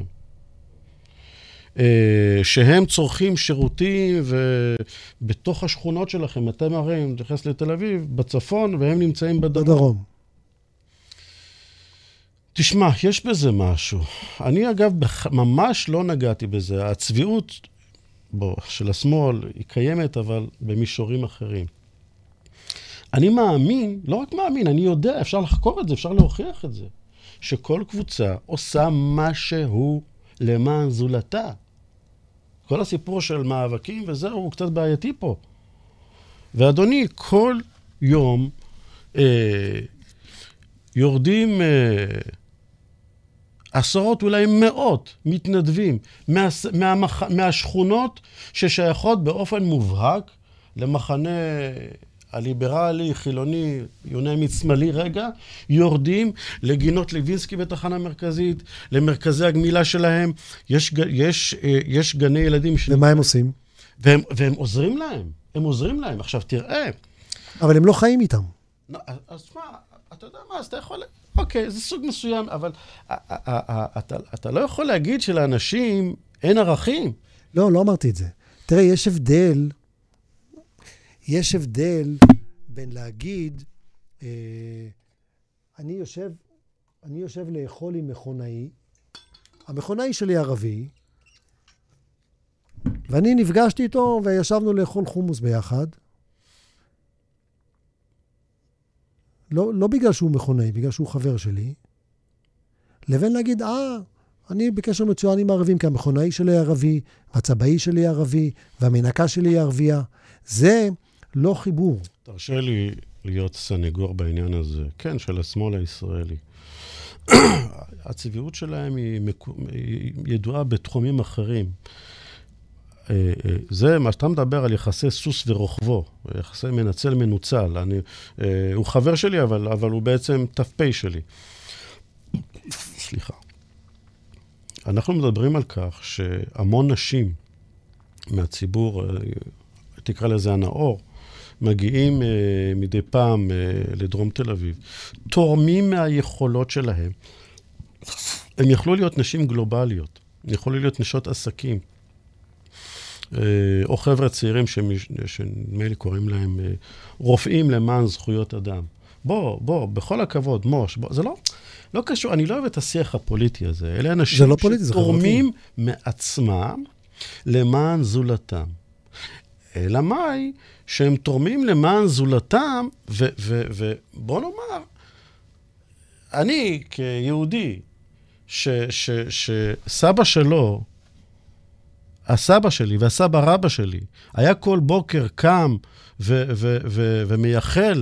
שהם צורכים שירותים ובתוך השכונות שלכם, אתם הרי מתייחס לתל אביב, בצפון, והם נמצאים בדרום. תשמע, יש בזה משהו. אני אגב ממש לא נגעתי בזה. הצביעות של השמאל היא קיימת, אבל במישורים אחרים. אני מאמין, לא רק מאמין, אני יודע, אפשר לחקור את זה, אפשר להוכיח את זה, שכל קבוצה עושה משהו למען זולתה. כל הסיפור של מאבקים וזהו, הוא קצת בעייתי פה. ואדוני, כל יום יורדים עשרות, אולי מאות מתנדבים מהשכונות ששייכות באופן מובהק למחנה הליברלי, חילוני, יונמי שמאלי רגע, יורדים לגינות לוינסקי בתחנה מרכזית, למרכזי הגמילה שלהם. יש גני ילדים ומה הם עושים? והם עוזרים להם. הם עוזרים להם. עכשיו תראה. אבל הם לא חיים איתם. אז מה, אתה יודע מה, אז אתה יכול... אוקיי, זה סוג מסוים, אבל אתה לא יכול להגיד שלאנשים אין ערכים. לא, לא אמרתי את זה. תראה, יש הבדל בין להגיד, אני יושב לאכול עם מכונאי, המכונאי שלי ערבי, ואני נפגשתי איתו וישבנו לאכול חומוס ביחד, לא בגלל שהוא מכונאי, בגלל שהוא חבר שלי, לבין להגיד, אני בקשר מצוין עם הערבים, כי המכונאי שלי ערבי, והצבאי שלי ערבי, והמנקה שלי ערבייה. זה לא חיבור. תרשה לי להיות סנגור בעניין הזה, כן, של השמאל הישראלי. הצביעות שלהם היא ידועה בתחומים אחרים. זה מה שאתה מדבר על יחסי סוס ורוכבו, יחסי מנצל מנוצל. הוא חבר שלי, אבל הוא בעצם ת"פ שלי. סליחה. אנחנו מדברים על כך שהמון נשים מהציבור, תקרא לזה הנאור, מגיעים מדי פעם לדרום תל אביב, תורמים מהיכולות שלהם. הם יכלו להיות נשים גלובליות, יכולו להיות נשות עסקים, או חבר'ה צעירים שנדמה לי קוראים להם רופאים למען זכויות אדם. בוא, בכל הכבוד, מוש, זה לא קשור, אני לא אוהב את השיח הפוליטי הזה. אלה אנשים שתורמים מעצמם למען זולתם. אלא מאי, שהם תורמים למען זולתם, ובוא נאמר, אני כיהודי, שסבא שלו, הסבא שלי והסבא רבא שלי, היה כל בוקר קם ומייחל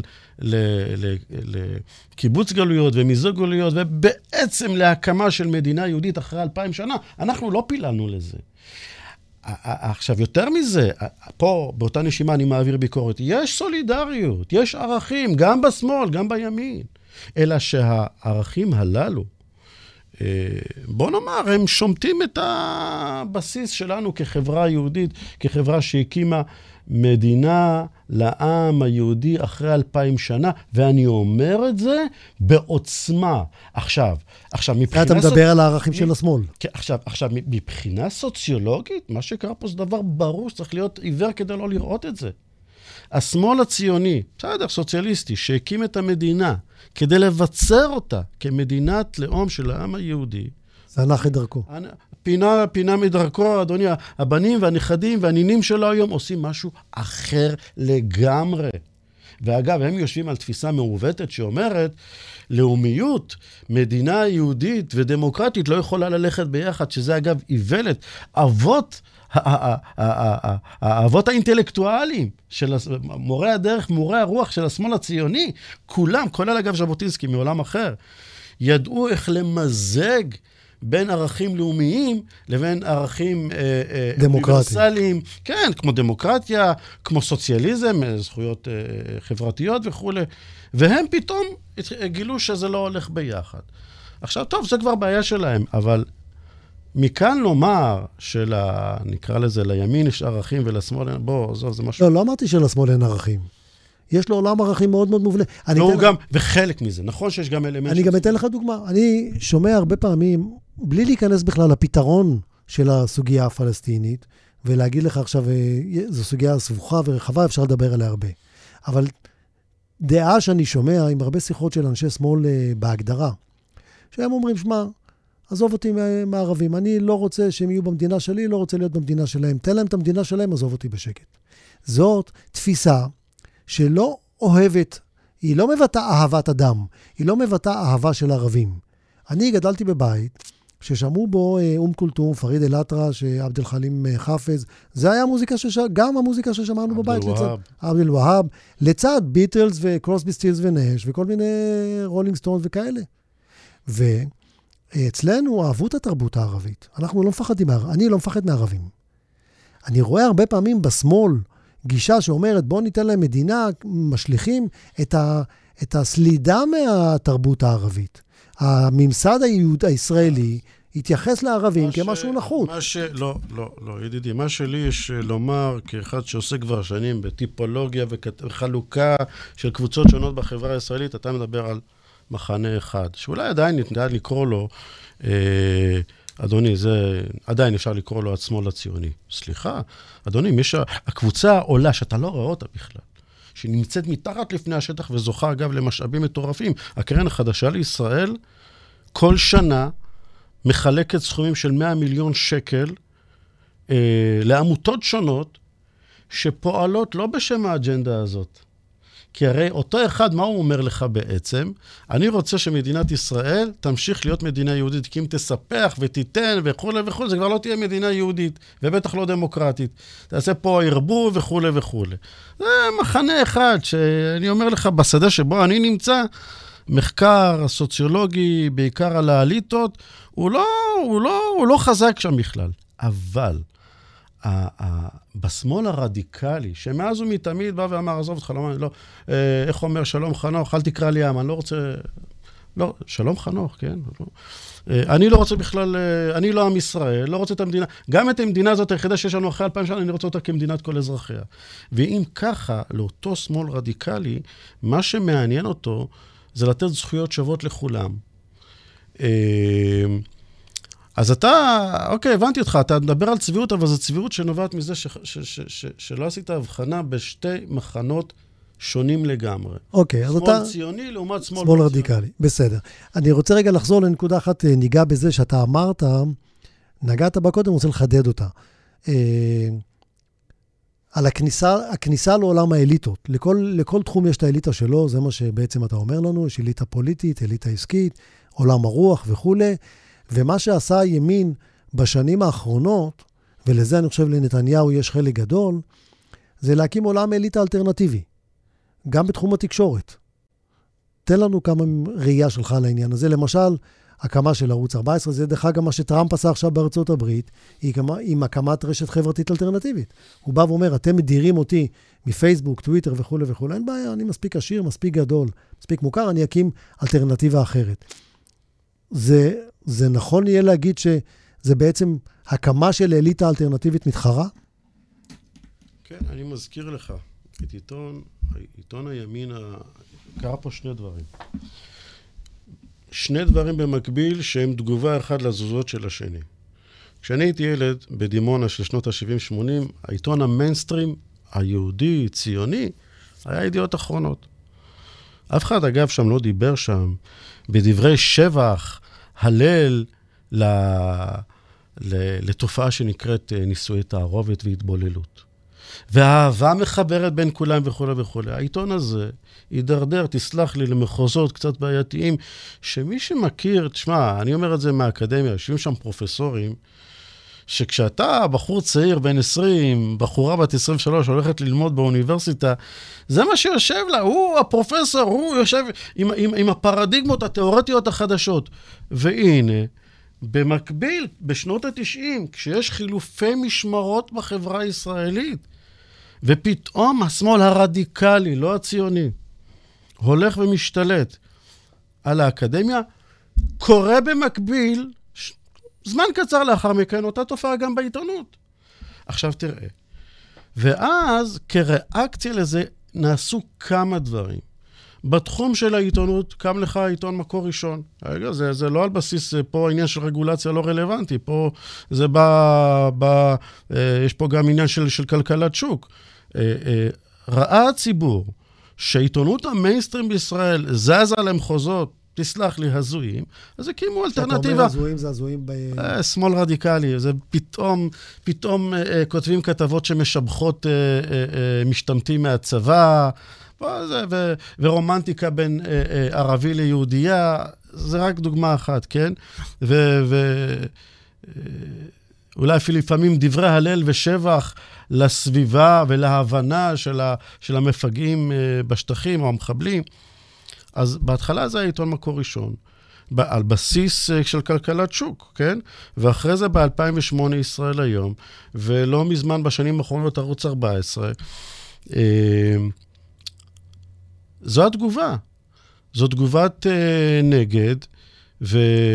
לקיבוץ גלויות ומיזוג גלויות, ובעצם להקמה של מדינה יהודית אחרי 2000 שנה, אנחנו לא פיללנו לזה. עכשיו, יותר מזה, פה באותה נשימה אני מעביר ביקורת, יש סולידריות, יש ערכים, גם בשמאל, גם בימין, אלא שהערכים הללו, בוא נאמר, הם שומטים את הבסיס שלנו כחברה יהודית, כחברה שהקימה מדינה לעם היהודי אחרי 2000 שנה, ואני אומר את זה בעוצמה. עכשיו, מבחינה... אתה מדבר על הערכים של השמאל. עכשיו, מבחינה סוציולוגית, מה שקרה פה זה דבר ברור, שצריך להיות עיוור כדי לא לראות את זה. השמאל הציוני, בסדר, סוציאליסטי, שהקים את המדינה, כדי לבצר אותה כמדינת לאום של העם היהודי. זנח את דרכו. פינה מדרכו, אדוני, הבנים והנכדים והנינים שלו היום עושים משהו אחר לגמרי. ואגב, הם יושבים על תפיסה מעוותת שאומרת, לאומיות, מדינה יהודית ודמוקרטית לא יכולה ללכת ביחד, שזה אגב איוולת. האבות האינטלקטואליים של מורי הדרך, מורי הרוח של השמאל הציוני, כולם, כולל אגב ז'בוטינסקי מעולם אחר, ידעו איך למזג בין ערכים לאומיים לבין ערכים אוניברסליים, כן, כמו דמוקרטיה, כמו סוציאליזם, זכויות חברתיות וכו'. והם פתאום גילו שזה לא הולך ביחד. עכשיו, טוב, זה כבר בעיה שלהם, אבל מכאן לומר נקרא לזה, לימין יש ערכים ולשמאל, זה משהו... לא אמרתי שלשמאל אין ערכים. יש לו עולם ערכים מאוד מאוד מובנה. וחלק מזה, נכון שיש גם אלמנט... אני גם אתן לך דוגמה. אני שומע הרבה פעמים, בלי להיכנס בכלל לפתרון של הסוגיה הפלסטינית, ולהגיד לך עכשיו, זו סוגיה סבוכה ורחבה, אפשר לדבר עליה הרבה. אבל דעה שאני שומע עם הרבה שיחות של אנשי שמאל בהגדרה, שהם אומרים, שמה, עזוב אותי מהערבים. אני לא רוצה שהם יהיו במדינה שלי, לא רוצה להיות במדינה שלהם. תן להם את המדינה שלהם, עזוב אותי בשקט. זאת תפיסה שלא אוהבת, היא לא מבטא אהבת אדם, היא לא מבטא אהבה של ערבים. אני גדלתי בבית ששמעו בו כולתום, פריד אל-אטרש, עבד אל-חלים חאפז. זה היה המוזיקה גם המוזיקה ששמענו בבית. עבד אל-והאב. לצד ביטלס וקרוסבי סטילס ונש, וכל מיני רולינג סטונס וכאלה. ואצלנו אהבו את התרבות הערבית. אנחנו לא מפחדים, אני לא מפחד מערבים. אני רואה הרבה פעמים בשמאל גישה שאומרת, בוא ניתן להם מדינה, משליכים את הסלידה מהתרבות הערבית. הממסד הישראלי התייחס לערבים כמשהו נחות. לא, ידידי, מה שלי יש לומר כאחד שעושה כבר שנים בטיפולוגיה וחלוקה של קבוצות שונות בחברה הישראלית, אתה מדבר על מחנה אחד, שאולי עדיין ניתן לקרוא לו, אדוני, זה עדיין אפשר לקרוא לו השמאל הציוני. סליחה, אדוני, הקבוצה העולה שאתה לא רואה אותה בכלל, שנמצאת מתחת לפני השטח וזוכה אגב למשאבים מטורפים. הקרן החדשה לישראל כל שנה מחלקת סכומים של 100 מיליון שקל לעמותות שונות שפועלות לא בשם האג'נדה הזאת. כי הרי אותו אחד, מה הוא אומר לך בעצם? אני רוצה שמדינת ישראל תמשיך להיות מדינה יהודית, כי אם תספח ותיתן וכו' וכו', זה כבר לא תהיה מדינה יהודית, ובטח לא דמוקרטית. תעשה פה ערבוב וכו' וכו'. זה מחנה אחד שאני אומר לך, בשדה שבו אני נמצא, מחקר סוציולוגי, בעיקר על האליטות, הוא לא חזק שם בכלל. אבל בשמאל הרדיקלי, שמאז הוא מתמיד בא ואמר, עזוב אותך, לא, איך אומר שלום חנוך, אל תקרא לי ים, אני לא רוצה, לא, שלום חנוך, כן? אני לא רוצה בכלל, אני לא עם ישראל, לא רוצה את המדינה, גם את המדינה הזאת היחידה שיש לנו אחרי 2000 שנה, אני רוצה אותה כמדינת כל אזרחיה. ואם ככה, לאותו שמאל רדיקלי, מה שמעניין אותו, זה לתת זכויות שוות לכולם. אז אתה, אוקיי, הבנתי אותך, אתה מדבר על צביעות, אבל זו צביעות שנובעת מזה שלא עשית הבחנה בשתי מחנות שונים לגמרי. אוקיי, אז אתה... שמאל ציוני לעומת שמאל רדיקלי, בסדר. אני רוצה רגע לחזור לנקודה אחת, ניגע בזה שאתה אמרת, נגעת בה קודם, רוצה לחדד אותה. על הכניסה לעולם האליטות. לכל תחום יש את האליטה שלו, זה מה שבעצם אתה אומר לנו, יש אליטה פוליטית, אליטה עסקית, עולם הרוח וכו'. ומה שעשה הימין בשנים האחרונות, ולזה אני חושב לנתניהו יש חלק גדול, זה להקים עולם אליטה אלטרנטיבי, גם בתחום התקשורת. תן לנו כמה ראייה שלך על העניין הזה. למשל, הקמה של ערוץ 14, זה דרך אגב מה שטראמפ עשה עכשיו בארצות הברית, עם הקמת רשת חברתית אלטרנטיבית. הוא בא ואומר, אתם מדירים אותי מפייסבוק, טוויטר וכו' וכו', אין בעיה, אני מספיק עשיר, מספיק גדול, מספיק מוכר, אני אקים אלטרנטיבה אחרת. זה נכון יהיה להגיד שזה בעצם הקמה של אליטה אלטרנטיבית מתחרה? כן, אני מזכיר לך, את עיתון הימין, קרה פה שני דברים במקביל שהם תגובה אחד לזוזות של השני. כשאני הייתי ילד בדימונה של שנות ה-70-80, העיתון המיינסטרים היהודי, ציוני, היה ידיעות אחרונות. אף אחד אגב שם לא דיבר שם בדברי שבח, הלל לתופעה שנקראת נישואי תערובת והתבוללות. והאהבה מחברת בין כולם וכו' וכו'. העיתון הזה יידרדר, תסלח לי, למחוזות קצת בעייתיים, שמי שמכיר, תשמע, אני אומר את זה מהאקדמיה, יושבים שם פרופסורים, שכשאתה בחור צעיר בן 20, בחורה בת 23, הולכת ללמוד באוניברסיטה, זה מה שיושב לה, הוא הפרופסור, הוא יושב עם הפרדיגמות התיאורטיות החדשות. והנה, במקביל, בשנות ה-90, כשיש חילופי משמרות בחברה הישראלית, ופתאום השמאל הרדיקלי, לא הציוני, הולך ומשתלט על האקדמיה, קורה במקביל, זמן קצר לאחר מכן, אותה תופעה גם בעיתונות. עכשיו תראה. ואז כריאקציה לזה נעשו כמה דברים. בתחום של העיתונות, קם לך העיתון מקור ראשון. רגע, זה לא על בסיס, פה העניין של רגולציה לא רלוונטי, פה זה יש פה גם עניין של כלכלת שוק. ראה הציבור שהעיתונות המיינסטרים בישראל זזה למחוזות תסלח לי, הזויים, אז הקימו אלטרנטיבה. אתה אומר הזויים, זה הזויים שמאל רדיקלי, זה פתאום כותבים כתבות שמשבחות משתמטים מהצבא, ורומנטיקה בין ערבי ליהודייה, זה רק דוגמה אחת, כן? אולי אפילו לפעמים דברי הלל ושבח לסביבה ולהבנה של המפגעים בשטחים או המחבלים. אז בהתחלה זה היה עיתון מקור ראשון, על בסיס של כלכלת שוק, כן? ואחרי זה ב-2008 ישראל היום, ולא מזמן בשנים האחרונות ערוץ 14, זו התגובה. זו תגובת נגד, מה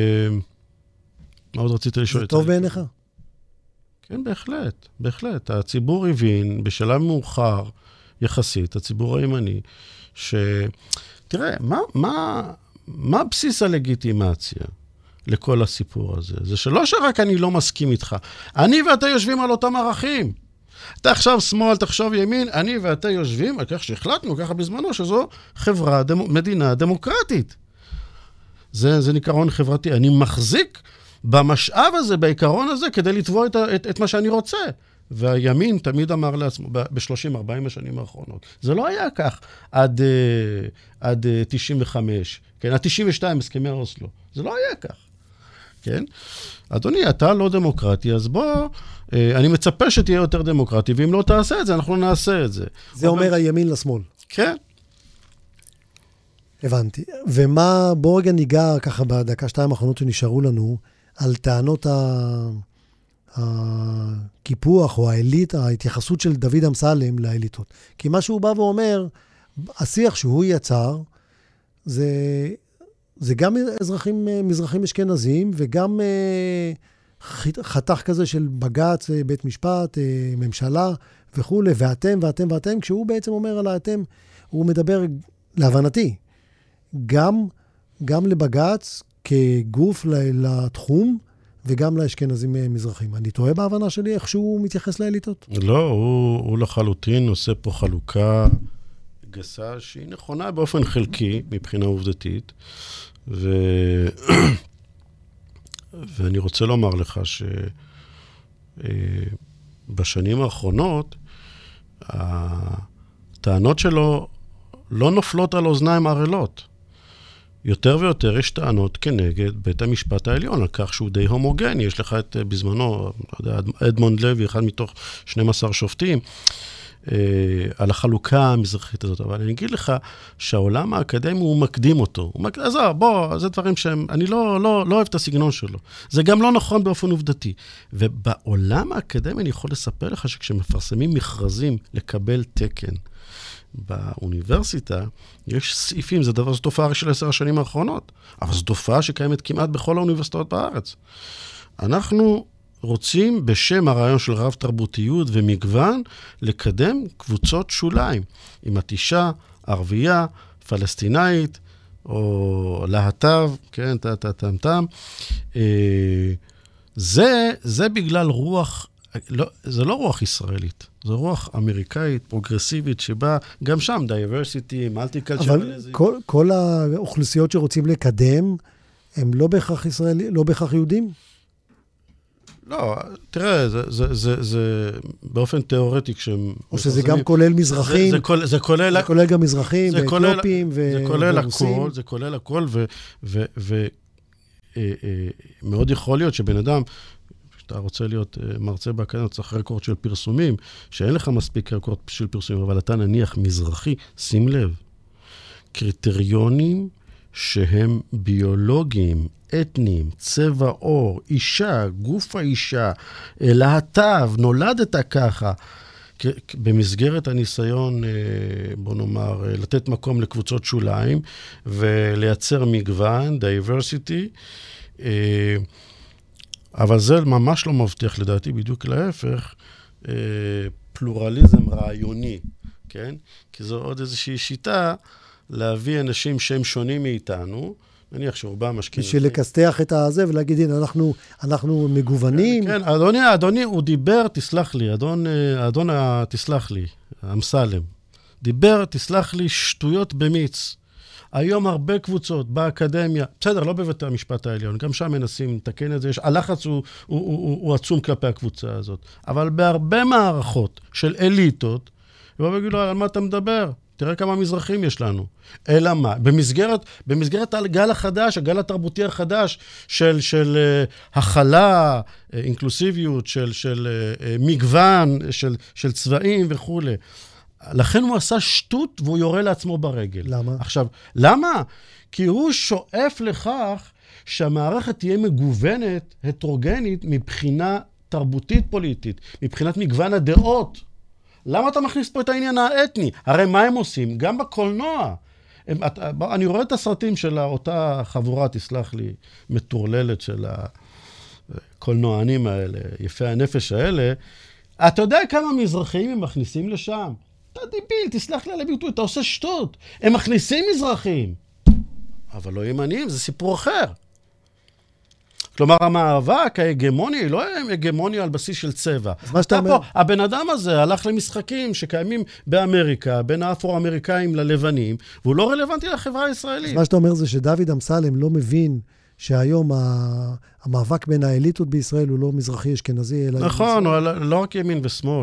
עוד רצית לשאול? זה טוב בעיניך? כן, בהחלט. הציבור הבין, בשלב מאוחר יחסית, הציבור הימני, תראה, מה בסיס הלגיטימציה לכל הסיפור הזה? זה שלא שרק אני לא מסכים איתך. אני ואתה יושבים על אותם ערכים. אתה עכשיו שמאל, תחשוב ימין, אני ואתה יושבים על כך שהחלטנו ככה בזמנו, שזו חברה, מדינה דמוקרטית. זה עיקרון חברתי. אני מחזיק במשאב הזה, בעיקרון הזה, כדי לתבוע את מה שאני רוצה. והימין תמיד אמר לעצמו, ב-30-40 השנים האחרונות. זה לא היה כך עד 95, כן? עד 92 הסכמי אוסלו. זה לא היה כך, כן? אדוני, אתה לא דמוקרטי, אז בוא, אני מצפה שתהיה יותר דמוקרטי, ואם לא תעשה את זה, אנחנו נעשה את זה. זה אומר הימין לשמאל. כן. הבנתי. ומה, בוא רגע ניגע ככה בדקה 2 האחרונות שנשארו לנו, על טענות הקיפוח או ההתייחסות של דוד אמסלם לאליטות. כי מה שהוא בא ואומר, השיח שהוא יצר, זה גם אזרחים מזרחים אשכנזיים, וגם חתך כזה של בג"ץ, בית משפט, ממשלה וכו', ואתם, כשהוא בעצם אומר על האתם, הוא מדבר, להבנתי, גם לבג"ץ כגוף לתחום, וגם לאשכנזים מזרחים. אני טועה בהבנה שלי איך שהוא מתייחס לאליטות? לא, הוא לחלוטין עושה פה חלוקה גסה שהיא נכונה באופן חלקי מבחינה עובדתית, ואני רוצה לומר לך שבשנים האחרונות הטענות שלו לא נופלות על אוזניים ערלות. יותר ויותר יש טענות כנגד בית המשפט העליון, על כך שהוא די הומוגני. יש לך את בזמנו, אדמונד לוי, אחד מתוך 12 שופטים, על החלוקה המזרחית הזאת. אבל אני אגיד לך שהעולם האקדמי הוא מקדים אותו. אז בוא, זה דברים שהם, אני לא אוהב את הסגנון שלו. זה גם לא נכון באופן עובדתי. ובעולם האקדמי אני יכול לספר לך שכשמפרסמים מכרזים לקבל תקן, באוניברסיטה יש סעיפים, זו תופעה של 10 השנים האחרונות, אבל זו תופעה שקיימת כמעט בכל האוניברסיטאות בארץ. אנחנו רוצים בשם הרעיון של רב תרבותיות ומגוון, לקדם קבוצות שוליים, עם אישה, ערבייה, פלסטינאית, או להט"ב, כן, טם. זה בגלל רוח, זה לא רוח ישראלית, זו רוח אמריקאית, פרוגרסיבית, שבה גם שם דייברסיטי, מולטי-קלצ'רליזם. אבל כל האוכלוסיות שרוצים לקדם, הם לא בהכרח ישראלים, לא בהכרח יהודים? לא, תראה, זה באופן תיאורטי כשהם... או שזה גם כולל מזרחים, זה כולל גם מזרחים, ואתיופים, ורוסים. זה כולל הכל, ומאוד יכול להיות שבן אדם, אתה רוצה להיות מרצה באקדמיה, צריך רקורד של פרסומים, שאין לך מספיק רקורד של פרסומים, אבל אתה נניח מזרחי, שים לב, קריטריונים שהם ביולוגיים, אתניים, צבע עור, אישה, גוף האישה, להט"ב, נולדת ככה, במסגרת הניסיון, בוא נאמר, לתת מקום לקבוצות שוליים, ולייצר מגוון, diversity, אבל זה ממש לא מבטיח, לדעתי, בדיוק להפך, פלורליזם רעיוני, כן? כי זו עוד איזושהי שיטה להביא אנשים שהם שונים מאיתנו, נניח שרובם משקיעים. בשביל לקסתח את הזה ולהגיד, הנה, אנחנו מגוונים. כן, אדוני, הוא דיבר, תסלח לי, אדון, תסלח לי, אמסלם, דיבר, תסלח לי, שטויות במיץ. היום הרבה קבוצות באקדמיה, בסדר, לא בבית המשפט העליון, גם שם מנסים לתקן את זה, הלחץ הוא עצום כלפי הקבוצה הזאת, אבל בהרבה מערכות של אליטות, ובוא ויגידו, על מה אתה מדבר? תראה כמה מזרחים יש לנו. אלא מה? במסגרת הגל החדש, הגל התרבותי החדש של הכלה, אינקלוסיביות, של מגוון, של צבעים וכו'. לכן הוא עשה שטות והוא יורה לעצמו ברגל. למה? עכשיו, למה? כי הוא שואף לכך שהמערכת תהיה מגוונת, הטרוגנית, מבחינה תרבותית פוליטית, מבחינת מגוון הדעות. למה אתה מכניס פה את העניין האתני? הרי מה הם עושים? גם בקולנוע. אני רואה את הסרטים של אותה חבורה, תסלח לי, מטורללת של הקולנוענים האלה, יפי הנפש האלה. אתה יודע כמה מזרחים הם מכניסים לשם? אתה דיביל, תסלח לי על הביטוי, אתה עושה שטות. הם מכניסים מזרחים. אבל לא ימניים, זה סיפור אחר. כלומר, המאבק ההגמוני, לא הגמוני על בסיס של צבע. אז מה שאתה אומר... הבן אדם הזה הלך למשחקים שקיימים באמריקה, בין האפרו-אמריקאים ללבנים, והוא לא רלוונטי לחברה הישראלית. אז מה שאתה אומר זה שדוד אמסלם לא מבין שהיום המאבק בין האליטות בישראל הוא לא מזרחי אשכנזי, אלא... נכון, לא רק ימין ושמאל.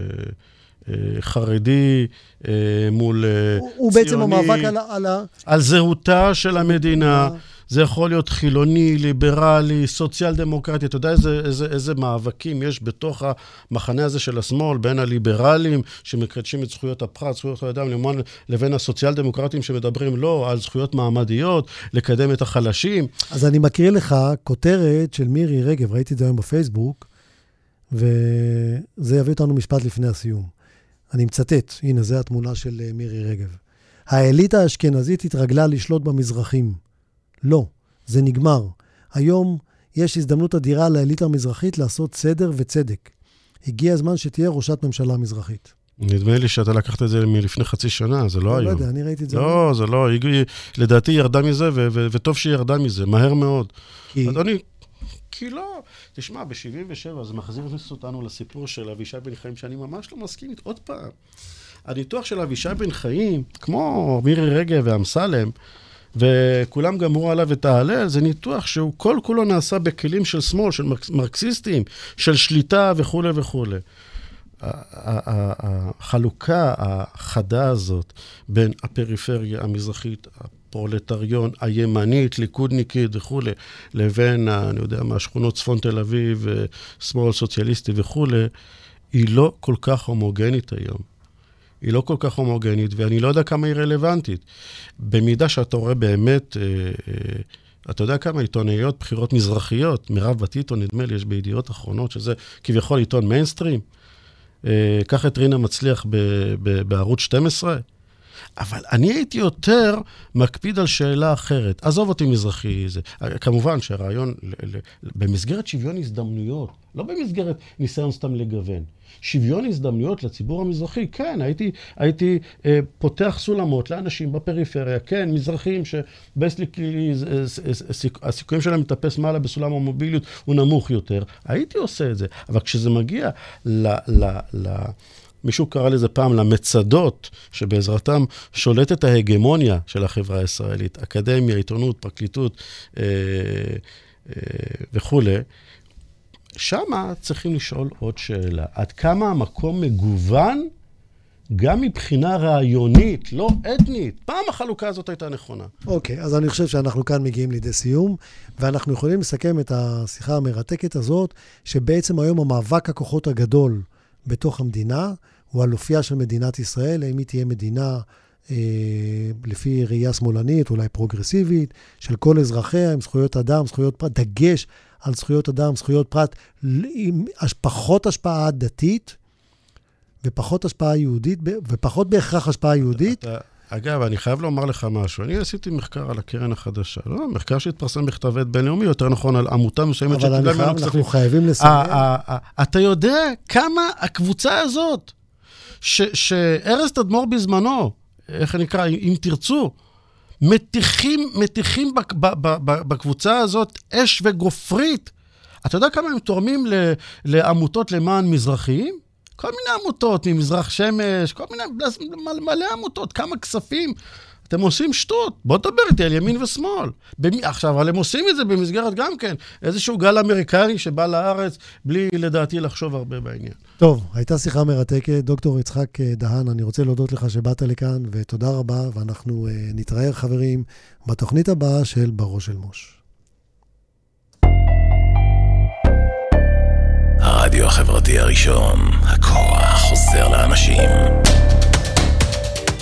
חרדי מול ציוני. הוא בעצם המאבק על זהותה של המדינה. זה יכול להיות חילוני, ליברלי, סוציאל דמוקרטי. אתה יודע איזה מאבקים יש בתוך המחנה הזה של השמאל, בין הליברלים שמקדשים את זכויות הפרט, זכויות האדם, לבין הסוציאל דמוקרטים שמדברים לא על זכויות מעמדיות, לקדם את החלשים. אז אני מקריא לך כותרת של מירי רגב, ראיתי את זה היום בפייסבוק, וזה יביא אותנו משפט לפני הסיום. אני מצטט, הנה, זה התמונה של מירי רגב. האליטה האשכנזית התרגלה לשלוט במזרחים. לא, זה נגמר. היום יש הזדמנות אדירה לאליטה המזרחית לעשות סדר וצדק. הגיע הזמן שתהיה ראשת ממשלה מזרחית. נדמה לי שאתה לקחת את זה מלפני חצי שנה, זה לא היום. לא יודע, אני ראיתי את זה. לא, זה לא, לדעתי ירדה מזה, וטוב שהיא ירדה מזה, מהר מאוד. אדוני, כי לא, תשמע, ב-77, זה מחזיר אותנו לסיפור של אבישי בן חיים, שאני ממש לא מסכים איתו. עוד פעם, הניתוח של אבישי בן חיים, כמו מירי רגב ואמסלם, וכולם גמרו עליו את ההלל, זה ניתוח שהוא כל כולו נעשה בכלים של שמאל, של מרקסיסטים, של שליטה וכו' וכו'. החלוקה החדה הזאת בין הפריפריה המזרחית, הפרולטריון, הימנית, ליכודניקית וכו', לבין, אני יודע מה, שכונות צפון תל אביב, שמאל סוציאליסטי וכו', היא לא כל כך הומוגנית היום. היא לא כל כך הומוגנית, ואני לא יודע כמה היא רלוונטית. במידה שאתה רואה באמת, אתה יודע כמה עיתונאיות בחירות מזרחיות, מירב בתיתו, נדמה לי, יש בידיעות אחרונות, שזה כביכול עיתון מיינסטרים. קח את רינה מצליח בערוץ 12. אבל אני הייתי יותר מקפיד על שאלה אחרת. עזוב אותי מזרחי, זה. כמובן שהרעיון, במסגרת שוויון הזדמנויות, לא במסגרת ניסיון סתם לגוון. שוויון הזדמנויות לציבור המזרחי, כן, הייתי פותח סולמות לאנשים בפריפריה, כן, מזרחים שבסליקלי, הסיכויים שלהם לטפס מעלה בסולם המוביליות הוא נמוך יותר. הייתי עושה את זה, אבל כשזה מגיע מישהו קרא לזה פעם למצדות, שבעזרתם שולטת ההגמוניה של החברה הישראלית, אקדמיה, עיתונות, פרקליטות וכו'. שמה צריכים לשאול עוד שאלה. עד כמה המקום מגוון, גם מבחינה רעיונית, לא אתנית. פעם החלוקה הזאת הייתה נכונה. אוקיי, אז אני חושב שאנחנו כאן מגיעים לידי סיום, ואנחנו יכולים לסכם את השיחה המרתקת הזאת, שבעצם היום המאבק הכוחות הגדול בתוך המדינה, הוא על אופייה של מדינת ישראל, האם היא תהיה מדינה לפי ראייה שמאלנית, אולי פרוגרסיבית, של כל אזרחיה, עם זכויות אדם, זכויות פרט, דגש על זכויות אדם, זכויות פרט, עם פחות השפעה דתית, ופחות השפעה יהודית, ופחות בהכרח השפעה יהודית. אגב, אני חייב לומר לך משהו. אני עשיתי מחקר על הקרן החדשה. לא, מחקר שהתפרסם בכתב עת בינלאומי, יותר נכון על עמותה מסוימת. אבל אנחנו חייבים לסיים. אתה יודע כמה הקבוצה הזאת, שארז תדמור בזמנו, איך נקרא, אם תרצו, מתיחים בקבוצה הזאת אש וגופרית. אתה יודע כמה הם תורמים לעמותות למען מזרחיים? כל מיני עמותות, ממזרח שמש, כל מיני, מלא עמותות, כמה כספים. אתם עושים שטות, בוא תדבר איתי על ימין ושמאל. עכשיו, אבל הם עושים את זה במסגרת גם כן, איזשהו גל אמריקני שבא לארץ, בלי לדעתי לחשוב הרבה בעניין. טוב, הייתה שיחה מרתקת. דוקטור יצחק דהן, אני רוצה להודות לך שבאת לכאן, ותודה רבה, ואנחנו נתראה חברים בתוכנית הבאה של בראש של מוש. הרדיו החברתי הראשון, הכוח חוזר